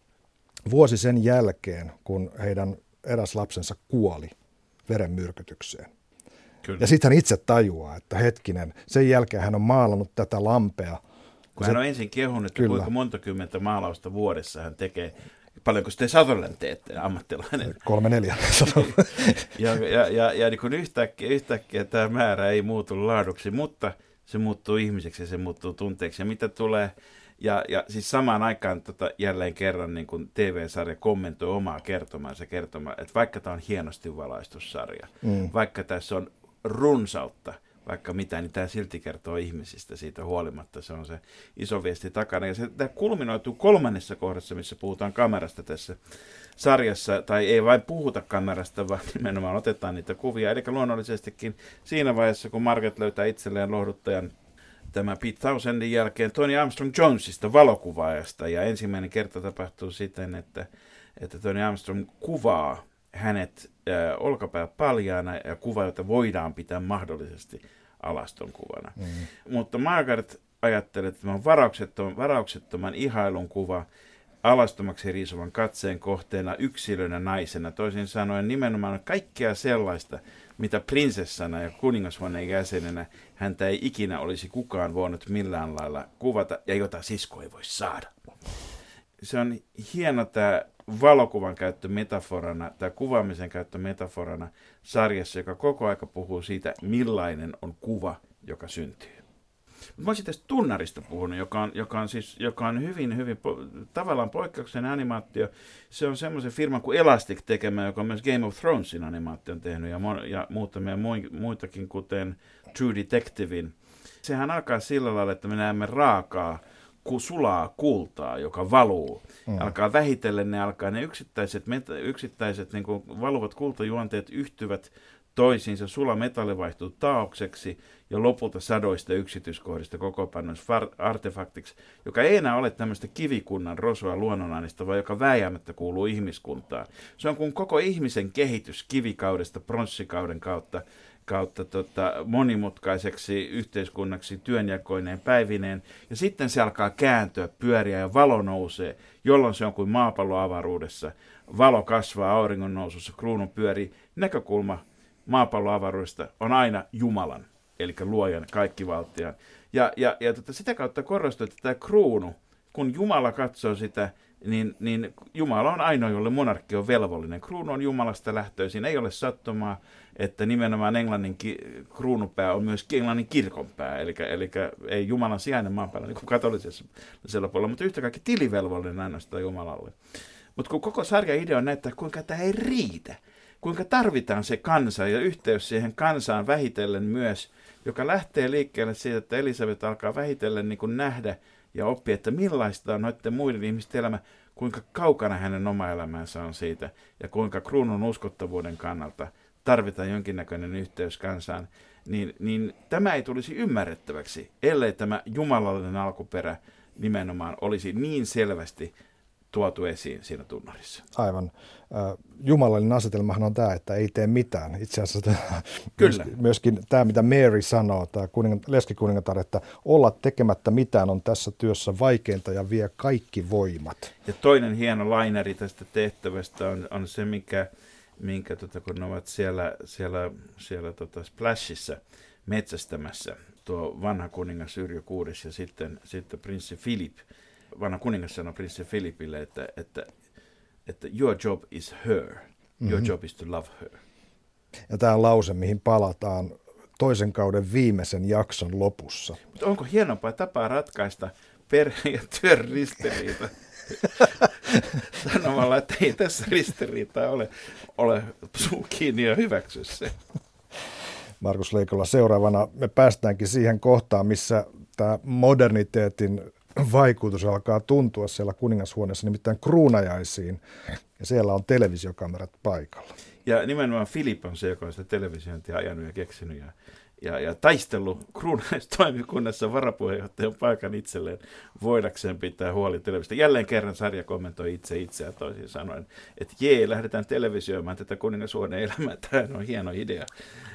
vuosi sen jälkeen, kun heidän eräs lapsensa kuoli verenmyrkytykseen. Kyllä. Ja sitten hän itse tajuaa, että hetkinen, sen jälkeen hän on maalannut tätä lampea. Kun hän on ensin kehunut, että kuinka monta kymmentä maalausta vuodessa hän tekee, paljonko sitten Sutherland teette, ammattilainen. 3-4. ja niin kun yhtäkkiä tämä määrä ei muutu laaduksi, mutta se muuttuu ihmiseksi ja se muuttuu tunteeksi. Ja mitä tulee, ja siis samaan aikaan jälleen kerran niin kun TV-sarja kommentoi omaa kertomaansa että vaikka tämä on hienosti valaistu sarja, vaikka tässä on runsautta, vaikka mitä, niin tämä silti kertoo ihmisistä siitä huolimatta. Se on se iso viesti takana. Ja tämä kulminoituu 3. kohdassa, missä puhutaan kamerasta tässä sarjassa, tai ei vain puhuta kamerasta, vaan nimenomaan otetaan niitä kuvia. Eli luonnollisestikin siinä vaiheessa, kun Margaret löytää itselleen lohduttajan tämä Pete Townsendin jälkeen Tony Armstrong Jonesista, valokuvaajasta, ja ensimmäinen kerta tapahtuu siten, että Tony Armstrong kuvaa hänet olkapäät paljaana ja kuva, jota voidaan pitää mahdollisesti alaston kuvana. Mutta Margaret ajattelee, että tämä on varauksettoman ihailun kuva alastomaksi riisuvan katseen kohteena yksilönä naisena. Toisin sanoen nimenomaan kaikkea sellaista, mitä prinsessana ja kuningashuoneen jäsenenä häntä ei ikinä olisi kukaan voinut millään lailla kuvata ja jota sisko ei voi saada. Se on hieno tämä valokuvan käyttö metaforana, tämä kuvaamisen käyttö metaforana sarjassa, joka koko aika puhuu siitä, millainen on kuva, joka syntyy. Mä olisin tästä tunnarista puhunut, joka on hyvin tavallaan poikkeuksellinen animaatio. Se on semmoisen firman kuin Elastic tekemä, joka on myös Game of Thronesin animaation tehnyt ja muutamia muitakin, kuten True Detectivein. Sehän alkaa sillä lailla, että me näemme raakaa, sulaa kultaa, joka valuu. Alkaa vähitellen, ne yksittäiset niin kuin valuvat kultajuonteet yhtyvät toisiinsa, sula metalli vaihtuu taokseksi ja lopulta sadoista yksityiskohdista kokoonpanoissa artefaktiksi, joka ei enää ole tämmöistä kivikunnan rosua luonnonainesta, vaan joka vääjäämättä kuuluu ihmiskuntaan. Se on kuin koko ihmisen kehitys kivikaudesta pronssikauden kautta monimutkaiseksi yhteiskunnaksi työnjakoineen päivineen, ja sitten se alkaa kääntyä, pyöriä ja valo nousee, jolloin se on kuin maapallo avaruudessa. Valo kasvaa auringon nousussa, kruunu pyörii. Näkökulma maapalloavaruudesta on aina Jumalan, eli luojan, kaikkivaltiaan. Ja sitä kautta korostuu, että tämä kruunu, kun Jumala katsoo sitä, niin Jumala on ainoa, jolle monarkki on velvollinen. Kruunu on Jumalasta lähtöisin. Ei ole sattumaa, että nimenomaan Englannin kruunupää on myös Englannin kirkonpää. Eli ei Jumalan sijainen maapäällä, niin kuin katolisella puolella, mutta yhtä kaikki tilivelvollinen ainoastaan Jumalalle. Mutta kun koko sarjan idea on näyttää, kuinka tämä ei riitä, kuinka tarvitaan se kansa ja yhteys siihen kansaan vähitellen myös, joka lähtee liikkeelle siitä, että Elisabeth alkaa vähitellen niin kuin nähdä ja oppia, että millaista on noiden muiden ihmisten elämä, kuinka kaukana hänen oma elämänsä on siitä ja kuinka kruunun uskottavuuden kannalta tarvitaan jonkinnäköinen yhteys kansaan, niin tämä ei tulisi ymmärrettäväksi, ellei tämä jumalallinen alkuperä nimenomaan olisi niin selvästi tuotu esiin siinä tunnarissa. Aivan. Jumalallinen asetelmahan on tämä, että ei tee mitään. Itse asiassa myöskin tämä, mitä Mary sanoo, tämä leskikuningatar, että olla tekemättä mitään on tässä työssä vaikeinta ja vie kaikki voimat. Ja toinen hieno laineri tästä tehtävästä on se, minkä kun ne ovat siellä Splashissa metsästämässä, tuo vanha kuningas Yrjö VI ja sitten prinssi Philip. Vanha kuningas sanoi prinssi Philipille, että your job is her, your job is to love her. Ja tämä on lause, mihin palataan toisen kauden viimeisen jakson lopussa. Mutta onko hienompaa tapaa ratkaista perhe- ja työn ristiriita? Sanomalla, että ei tässä ristiriitaa ole suu kiinni ja hyväksy se. Markus Leikola, seuraavana me päästäänkin siihen kohtaan, missä tämä moderniteetin vaikutus alkaa tuntua siellä kuningashuoneessa, nimittäin kruunajaisiin, ja siellä on televisiokamerat paikalla. Ja nimenomaan Philip on se, joka on sitä televisiointia ajanut ja keksinyt ja taistellut kruunalaistoimikunnassa varapuheenjohtajan paikan itselleen voidakseen pitää huoli televisiosta. Jälleen kerran sarja kommentoi itseään toisin sanoen, että lähdetään televisioimaan tätä kuningashuoneen elämää, tämä on hieno idea.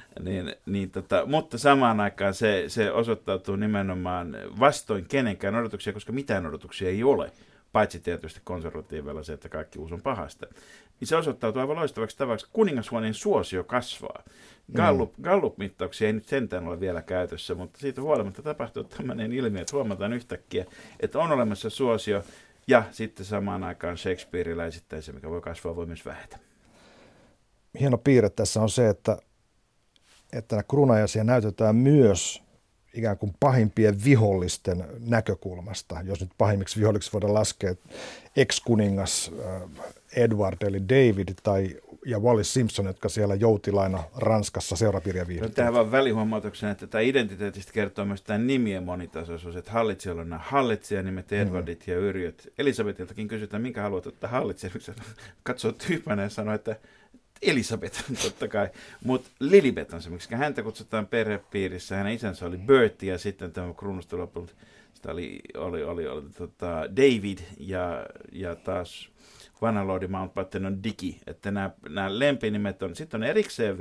Mutta samaan aikaan se osoittautuu nimenomaan vastoin kenenkään odotuksia, koska mitään odotuksia ei ole, paitsi tietysti konservatiiveilla se, että kaikki uus on pahasta. Niin se osoittautuu aivan loistavaksi tavaksi. Kuningashuoneen suosio kasvaa. Gallup-mittauksia ei nyt sentään ole vielä käytössä, mutta siitä huolimatta tapahtuu tämmöinen ilmiö, että huomataan yhtäkkiä, että on olemassa suosio, ja sitten samaan aikaan Shakespeareillä se, mikä voi kasvaa, voi myös vähetä. Hieno piirre tässä on se, että kruunajaisia näytetään myös ikään kuin pahimpien vihollisten näkökulmasta. Jos nyt pahimmiksi viholliksi voidaan laskea ex-kuningas Edward eli David ja Wallis Simpson, jotka siellä joutilaina Ranskassa seurapiiriä viihdyttävät. Tähän vaan välihuomautuksena, että tämä identiteetistä kertoo myös tämä nimien monitasoisuus, että hallitsijoilla on nämä hallitsijanimet, Edwardit ja Yrjöt. Elisabetiltakin kysytään, minkä haluat ottaa hallitsijaksi. Katsoo tyyppänä ja sanoo, että Elisabeth, totta kai, mutta Lilibet on se, miksi häntä kutsutaan perhepiirissä. Hänen isänsä oli Bertie ja sitten tämä kruunusta lopulta oli David ja taas vanha Lordi Mountbatten on Dickie, että nämä lempinimet on. Sitten on erikseen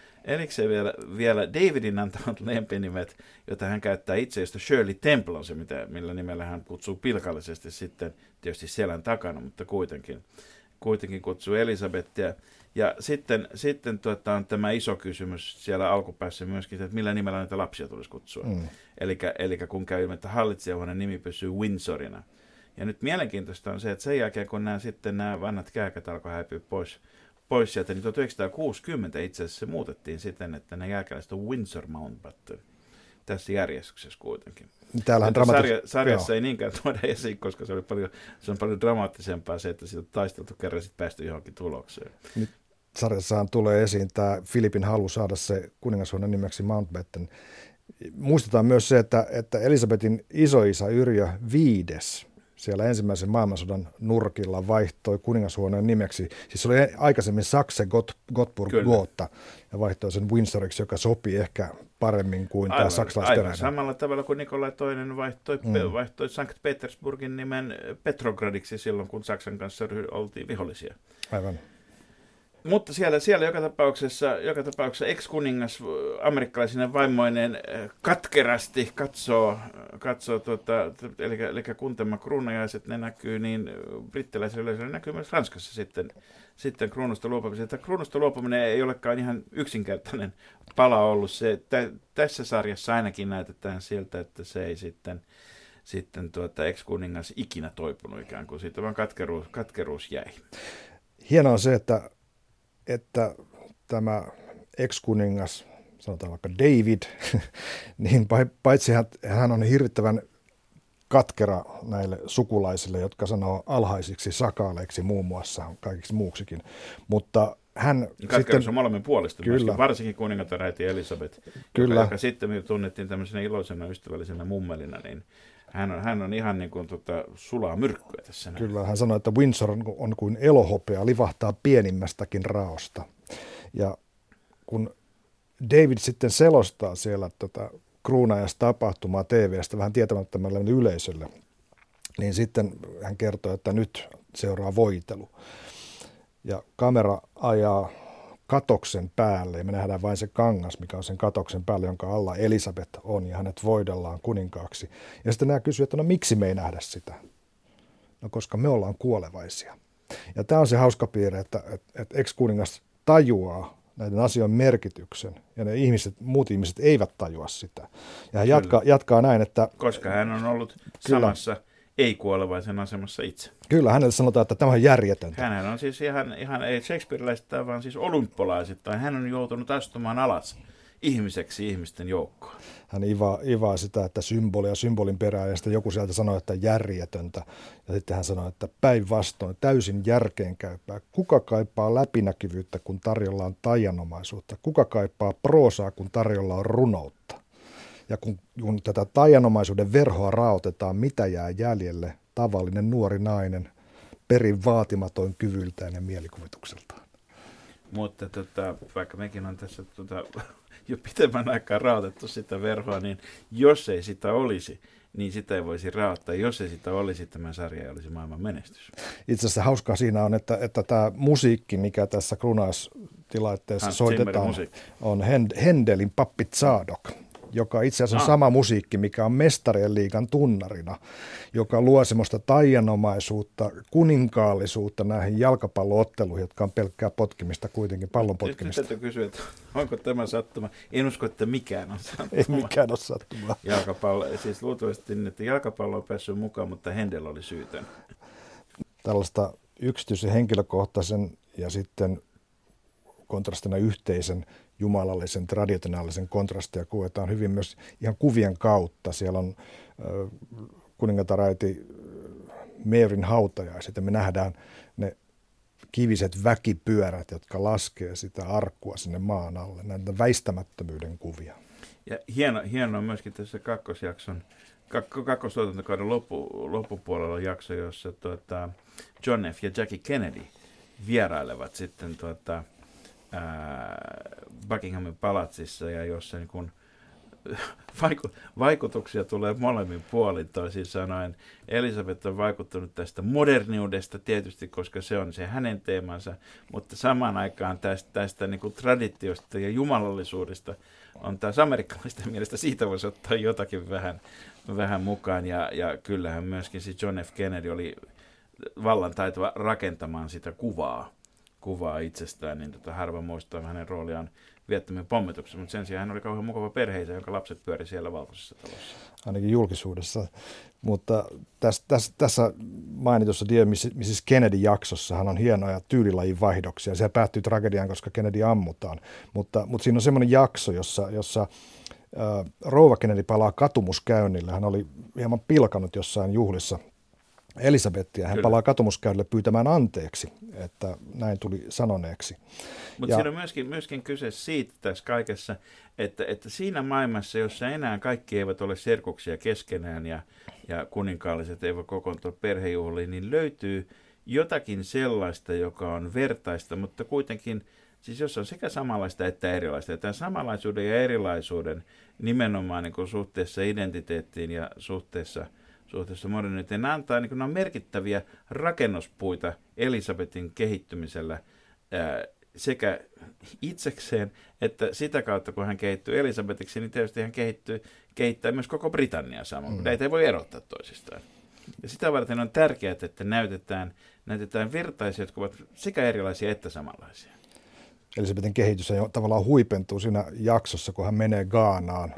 vielä Davidin antamat lempinimet, jota hän käyttää itse, josta Shirley Temple on se, millä nimellä hän kutsuu pilkallisesti sitten, tietysti selän takana, mutta kuitenkin kutsuu Elisabethia. Ja sitten on tämä iso kysymys siellä alkupäässä myöskin, että millä nimellä näitä lapsia tulisi kutsua. Eli kun käy ilmi, että hallitsijahuoneen nimi pysyy Windsorina. Ja nyt mielenkiintoista on se, että sen jälkeen kun nämä vanhat kääkät alkoi häipyä pois sieltä, niin 1960 itse asiassa se muutettiin siten, että ne jälkeläiset on Windsor Mountbatten. Tässä järjestyksessä kuitenkin. Sarjassa ei niinkään tuoda esiin, koska se on paljon dramaattisempaa se, että siitä on taisteltu kerran sitten päästy johonkin tulokseen. Nyt sarjassahan tulee esiin tämä Philipin halu saada se kuningashuoneen nimeksi Mountbatten. Muistetaan myös se, että Elisabetin isoisä Yrjö V siellä ensimmäisen maailmansodan nurkilla vaihtoi kuningashuoneen nimeksi. Siis se oli aikaisemmin Saxe Gotburg-Gotha ja vaihtoi sen Windsoriksi, joka sopii ehkä paremmin kuin tämä saksalaisperäinen. Aivan samalla tavalla kuin Nikolai II vaihtoi Sankt Petersburgin nimen Petrogradiksi silloin, kun Saksan kanssa oltiin vihollisia. Aivan. Mutta siellä joka tapauksessa ex-kuningas amerikkalaisinen vaimoinen katkerasti katsoo eli kun tämä kruunajaiset ne näkyy, niin brittiläisellä yleisöllä näkyy myös Ranskassa sitten kruunusta luopuminen. Tämä kruunusta luopuminen ei olekaan ihan yksinkertainen pala ollut. Tässä sarjassa ainakin näytetään siltä, että se ei sitten ex-kuningas ikinä toipunut ikään kuin. Siitä vaan katkeruus jäi. Hienoa on se, että tämä ex-kuningas, sanotaan vaikka David, niin paitsi hän on hirvittävän katkera näille sukulaisille, jotka sanoo alhaisiksi sakaaleiksi muun muassa, kaikiksi muuksikin, mutta hän katkeruus on molemmin puolesta, varsinkin kuningatar äiti Elisabeth, joka sitten tunnettiin tämmöisenä iloisena ystävällisenä mummelina, niin hän on ihan niin kuin sulaa myrkkyä tässä. Kyllä, hän sanoi, että Windsor on kuin elohopea, livahtaa pienimmästäkin raosta. Ja kun David sitten selostaa siellä kruunajastapahtumaa TV:stä vähän tietämättömälle yleisölle, niin sitten hän kertoo, että nyt seuraa voitelu. Ja kamera ajaa katoksen päälle, ja me nähdään vain se kangas, mikä on sen katoksen päälle, jonka alla Elisabeth on, ja hänet voidellaan kuninkaaksi. Ja sitten nämä kysyvät, että no miksi me ei nähdä sitä? No koska me ollaan kuolevaisia. Ja tämä on se hauska piirre, että ex-kuningas tajuaa näiden asioiden merkityksen, ja ne muut ihmiset eivät tajua sitä. Ja hän jatkaa näin, että koska hän on ollut samassa ei-kuolevaisen asemassa itse. Kyllä, hänelle sanotaan, että tämä on järjetöntä. Hänhän on siis ihan ei shakespearilaisittain, vaan siis olymppolaisittain. Hän on joutunut astumaan alas ihmiseksi ihmisten joukkoon. Hän ivaa sitä, että symboli ja symbolin perään, ja sitten joku sieltä sanoi, että järjetöntä. Ja sitten hän sanoi, että päinvastoin, täysin järkeenkäypää. Kuka kaipaa läpinäkyvyyttä, kun tarjolla on taianomaisuutta? Kuka kaipaa proosaa, kun tarjolla on runoutta? Ja kun tätä taianomaisuuden verhoa raotetaan, mitä jää jäljelle? Tavallinen nuori nainen, perin vaatimaton kyvyltään ja mielikuvitukseltaan. Mutta vaikka mekin on tässä jo pitemmän aikaa raotettu sitä verhoa, niin jos ei sitä olisi, niin sitä ei voisi raottaa. Jos ei sitä olisi, tämä sarja ei olisi maailman menestys. Itse asiassa hauskaa siinä on, että tämä musiikki, mikä tässä krunaustilaitteessa soitetaan, on Händelin Pappi Zadok, joka itse asiassa on sama musiikki, mikä on Mestarien liigan tunnarina, joka luo semmoista taianomaisuutta, kuninkaallisuutta näihin jalkapallootteluihin, jotka on pelkkää potkimista kuitenkin, pallon potkimista. Nyt täytyy kysyä, että onko tämä sattuma? En usko, että mikään on sattuma. Ei mikään ole sattumaa. Siis luultavasti, että jalkapallo on päässyt mukaan, mutta Händel oli syytön. Tällaista yksityisen, henkilökohtaisen ja sitten kontrastina yhteisen jumalallisen, traditionaalisen kontrastia kuvataan hyvin myös ihan kuvien kautta. Siellä on kuningatar äiti Maryn hautajaiset ja me nähdään ne kiviset väkipyörät, jotka laskee sitä arkkua sinne maan alle, näitä väistämättömyyden kuvia. Ja hieno on myöskin tässä kakkostuotantokauden loppupuolella on jakso, jossa John F. ja Jackie Kennedy vierailevat sitten Buckinghamin palatsissa ja jossa niin kun vaikutuksia tulee molemmin puolin. Toisin sanoen Elisabeth on vaikuttanut tästä moderniudesta tietysti, koska se on se hänen teemansa, mutta samaan aikaan tästä niin kuin traditiosta ja jumalallisuudesta on taas amerikkalaisten mielestä, siitä voisi ottaa jotakin vähän mukaan. Ja kyllähän myöskin siis John F. Kennedy oli vallan taitava rakentamaan sitä kuvaa itsestään, niin harva muistaa hänen rooliaan Vietnamin pommituksessa, mutta sen sijaan hän oli kauhean mukava perheisä, jonka lapset pyöri siellä valkoisessa talossa. Ainakin julkisuudessa. Mutta tässä mainitussa Dear Mrs. Kennedy-jaksossahan on hienoja tyylilajin vaihdoksia. Se päättyy tragediaan, koska Kennedy ammutaan. Mutta siinä on semmoinen jakso, jossa rouva Kennedy palaa katumuskäynnille. Hän oli hieman pilkanut jossain juhlissa Elisabettia. Hän palaa katumuskäynnille pyytämään anteeksi, että näin tuli sanoneeksi. Mutta siinä on myöskin kyse siitä tässä kaikessa, että siinä maailmassa, jossa enää kaikki eivät ole serkuksia keskenään ja kuninkaalliset eivät kokoontua perhejuhliin, niin löytyy jotakin sellaista, joka on vertaista, mutta kuitenkin, siis jos on sekä samanlaista että erilaista. Ja tämän samanlaisuuden ja erilaisuuden nimenomaan niin kuin suhteessa identiteettiin ja suhteessa moderniuteen antaa niin on merkittäviä rakennuspuita Elisabetin kehittymisellä sekä itsekseen, että sitä kautta, kun hän kehittyy Elisabetiksi, niin tietysti hän kehittää myös koko Britannia samoin. Näitä ei voi erottaa toisistaan. Ja sitä varten on tärkeää, että näytetään vertaisia, jotka ovat sekä erilaisia että samanlaisia. Elisabetin kehitys tavallaan huipentuu siinä jaksossa, kun hän menee Ghanaan.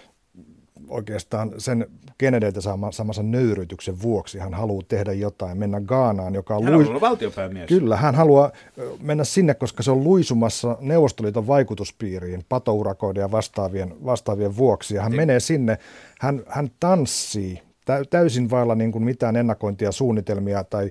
Oikeastaan sen Kennedyiltä saamansa nöyrytyksen vuoksi hän haluaa tehdä jotain, mennä Ghanaan, joka on... Hän on ollut valtionpäämies. Kyllä, hän haluaa mennä sinne, koska se on luisumassa Neuvostoliiton vaikutuspiiriin patourakoiden ja vastaavien vuoksi. Ja hän menee sinne, hän tanssii täysin vailla niin kuin mitään ennakointia, suunnitelmia tai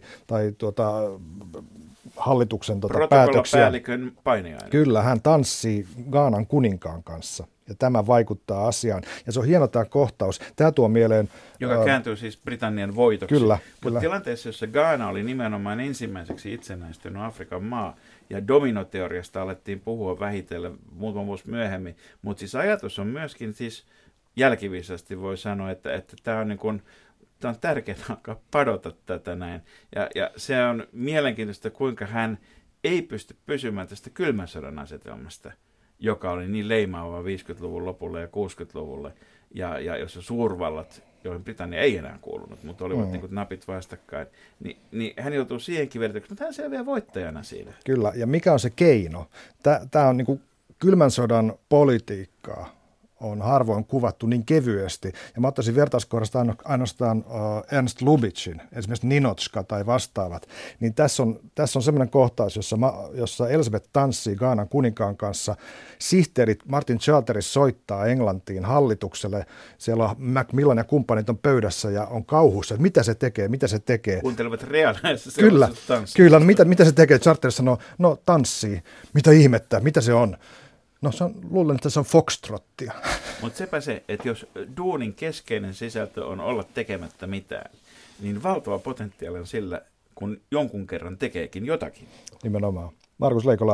hallituksen päätöksiä. Protokollapäällikön painajainen. Kyllä, hän tanssii Ghanan kuninkaan kanssa. Ja tämä vaikuttaa asiaan. Ja se on hieno tämä kohtaus. Tämä tuo mieleen... Joka kääntyy siis Britannian voitoksi. Kyllä. Mutta tilanteessa, jossa Ghana oli nimenomaan ensimmäiseksi itsenäistynyt Afrikan maa, ja dominoteoriasta alettiin puhua vähitellen muutama vuosi myöhemmin. Mutta siis ajatus on myöskin siis jälkiviisasti voi sanoa, että tämä on, niin kuin, tämä on tärkeää alkaa padota tätä näin. Ja se on mielenkiintoista, kuinka hän ei pysty pysymään tästä kylmän sodan asetelmasta, joka oli niin leimaava 50-luvun lopulle ja 60-luvulle, ja jossa suurvallat, joihin Britannia ei enää kuulunut, mutta olivat niin kuin napit vastakkain, niin hän joutuu siihenkin vertaukseen, mutta hän selviää voittajana siinä. Kyllä, ja mikä on se keino? Tämä on niin kuin kylmän sodan politiikkaa. On harvoin kuvattu niin kevyesti. Ja mä ottaisin vertauskohdasta ainoastaan Ernst Lubitschin, esimerkiksi Ninotchka tai vastaavat. Niin tässä on semmoinen kohtaus, jossa Elisabeth tanssii Ghanan kuninkaan kanssa. Sihteerit Martin Charteris soittaa Englantiin hallitukselle. Siellä on Macmillan ja kumppanit on pöydässä ja on kauhuissa, että mitä se tekee. Kuuntelevat reaalaisessa Kyllä, mitä se tekee? Charteris sanoo, no tanssii. Mitä ihmettä, mitä se on? No luulen, että se on foxtrottia. Mutta sepä se, että jos duunin keskeinen sisältö on olla tekemättä mitään, niin valtava potentiaali on sillä, kun jonkun kerran tekeekin jotakin. Nimenomaan. Markus Leikola,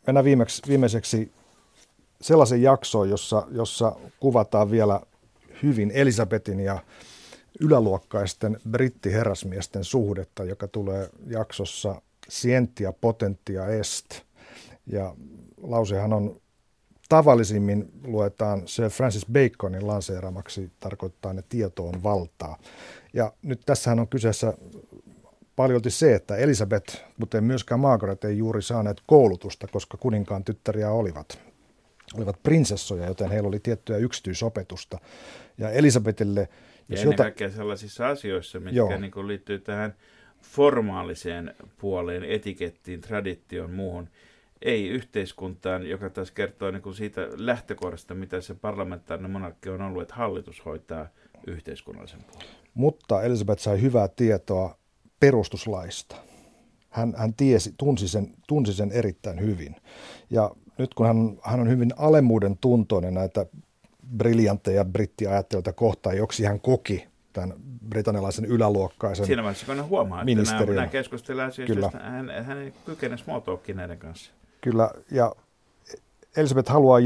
mennään viimeiseksi sellaisen jaksoon, jossa kuvataan vielä hyvin Elisabetin ja yläluokkaisten brittiherrasmiesten suhdetta, joka tulee jaksossa Scientia potentia est. Ja lausehan on tavallisimmin luetaan Sir Francis Baconin lanseeramaksi, tarkoittaa ne tieto on valtaa. Ja nyt tässähän on kyseessä paljolti se, että Elisabeth, mutta myöskään Margaret ei juuri saaneet koulutusta, koska kuninkaan tyttäriä olivat prinsessoja, joten heillä oli tiettyä yksityisopetusta. Ja Elisabethille... Ja ennen kaikkea sellaisissa asioissa, mitkä niin kuin liittyy tähän formaaliseen puoleen, etikettiin, traditioon, muuhun, ei yhteiskuntaan, joka taas kertoo niin kuin siitä lähtökohdasta, mitä se parlamentaarinen monarkki on ollut, että hallitus hoitaa yhteiskunnallisen puolen. Mutta Elisabeth sai hyvää tietoa perustuslaista. Hän tunsi sen erittäin hyvin. Ja nyt kun hän on hyvin alemmuuden tuntoinen näitä briljantteja brittiajattelijoita kohtaan, joksi hän koki tämän britannialaisen yläluokkaisen siinä vaiheessa, kun hän huomaa, että nämä keskustellaan asioista, hän ei kykene small talkiin näiden kanssa. Kyllä, ja Elisabeth haluaa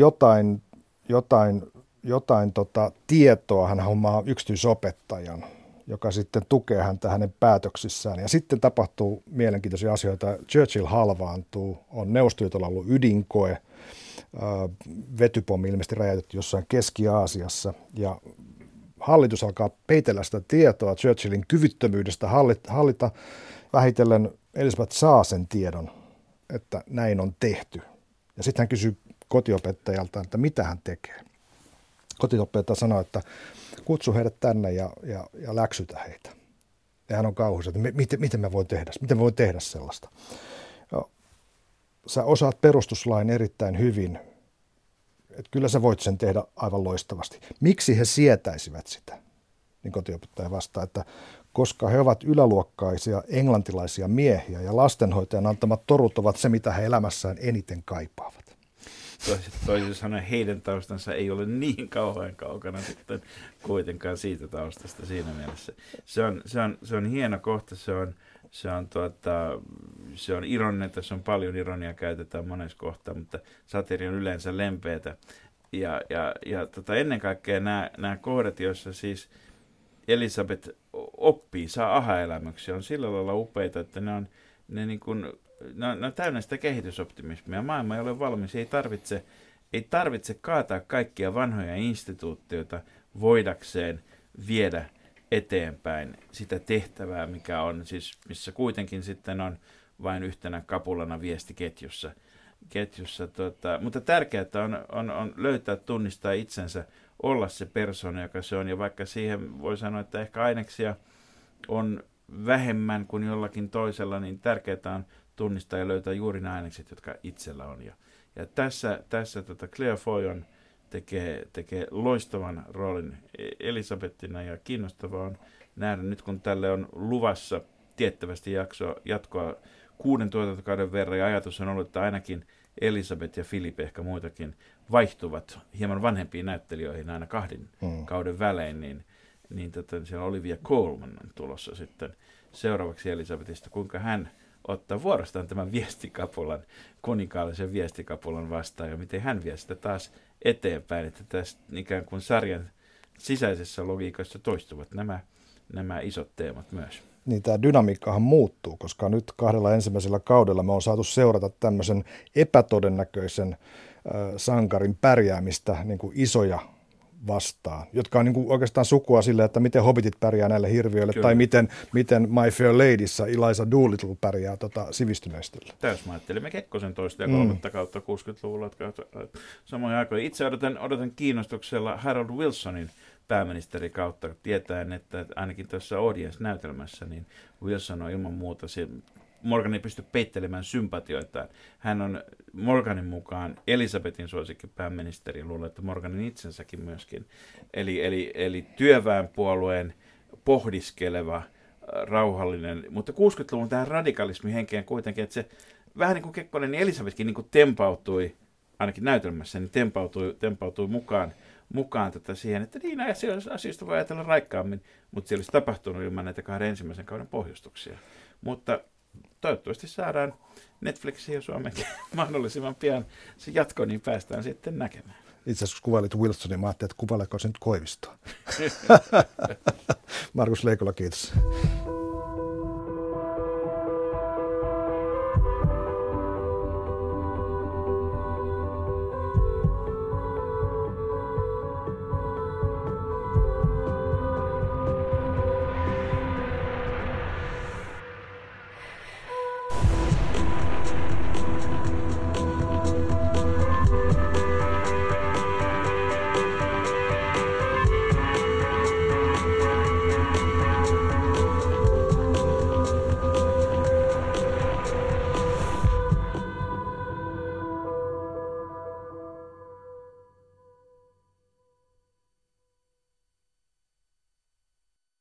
jotain tietoa, hän hommaa yksityisopettajan, joka sitten tukee häntä hänen päätöksissään. Ja sitten tapahtuu mielenkiintoisia asioita. Churchill halvaantuu, on Neuvostoliitolla ollut ydinkoe, vetypommi ilmeisesti räjäytetty jossain Keski-Aasiassa, ja hallitus alkaa peitellä sitä tietoa Churchillin kyvyttömyydestä hallita. Vähitellen Elisabeth saa sen tiedon, että näin on tehty. Ja sitten hän kysyy kotiopettajalta, että mitä hän tekee. Kotiopettaja sanoo, että kutsu heidät tänne ja läksytä heitä. Ja hän on kauhuissa, että miten mä voin tehdä sellaista. No, sä osaat perustuslain erittäin hyvin. Että kyllä sä voit sen tehdä aivan loistavasti. Miksi he sietäisivät sitä? Niin kotiopettaja vastaa, että koska he ovat yläluokkaisia englantilaisia miehiä ja lastenhoitajan antamat torut ovat se, mitä he elämässään eniten kaipaavat. Toisin sanoen heidän taustansa ei ole niin kauhean kaukana sitten kuitenkaan siitä taustasta siinä mielessä. Se on hieno kohta, se on ironinen, tässä on paljon ironiaa, käytetään monessa kohtaa, mutta satiiri on yleensä lempeätä. Ja ennen kaikkea nämä kohdat, joissa siis Elisabeth oppii, saa aha-elämyksiä, on sillä lailla upeita, että ne on täynnä sitä kehitysoptimismia. Maailma ei ole valmis, ei tarvitse kaataa kaikkia vanhoja instituutioita voidakseen viedä eteenpäin sitä tehtävää, mikä on, siis missä kuitenkin sitten on vain yhtenä kapulana viestiketjussa. Mutta tärkeää on löytää, tunnistaa itsensä, olla se persona, joka se on, ja vaikka siihen voi sanoa, että ehkä aineksia on vähemmän kuin jollakin toisella, niin tärkeää on tunnistaa ja löytää juuri ne ainekset, jotka itsellä on. Ja tässä Claire Foy tekee loistavan roolin Elisabettina, ja kiinnostavaa on nähdä nyt, kun tälle on luvassa tiettävästi jatkoa 6 tuotantokauden verran, ja ajatus on ollut, että ainakin Elisabeth ja Philip, ehkä muitakin, vaihtuvat hieman vanhempiin näyttelijöihin aina 2 kauden välein, niin siellä Olivia Colman on tulossa sitten seuraavaksi Elisabetista, kuinka hän ottaa vuorostaan tämän viestikapulan, kuninkaallisen viestikapulan vastaan, ja miten hän vie sitä taas eteenpäin, että tästä ikään kuin sarjan sisäisessä logiikassa toistuvat nämä isot teemat myös. Niin tämä dynamiikkahan muuttuu, koska nyt 2 ensimmäisellä kaudella me on saatu seurata tämmöisen epätodennäköisen sankarin pärjäämistä niin kuin isoja vastaan, jotka on niin kuin oikeastaan sukua sille, että miten hobbitit pärjää näille hirviöille, kyllä, tai miten My Fair Ladyssa Eliza Doolittle pärjää sivistyneistölle. Mä ajattelimme Kekkosen 2. ja 3. kautta 60-luvulla. Samoin aikoina. Itse odotan kiinnostuksella Harold Wilsonin pääministerikautta, tietäen, että ainakin tässä Audience-näytelmässä niin Wilson on ilman muuta se. Morgan ei pysty peittelemään sympatioitaan. Hän on Morganin mukaan Elisabetin suosikki pääministeri, luulen, että Morganin itsensäkin myöskin. Eli työväenpuolueen pohdiskeleva, rauhallinen, mutta 60-luvun tähän radikalismin henkeen kuitenkin, että se vähän niin kuin Kekkonen, niin Elisabetkin niin kuin tempautui, ainakin näytelmässä, niin tempautui mukaan siihen, että niin asioista voi ajatella raikkaammin, mutta siellä olisi tapahtunut ilman näitä 2 ensimmäisen kauden pohjustuksia. Mutta toivottavasti saadaan Netflixiin ja Suomenkin mahdollisimman pian se jatko, niin päästään sitten näkemään. Itse asiassa kun kuvailit Wilsonia, mä ajattelin, että kuvaileeko se nyt Koivistoa. Markus Leikola, kiitos.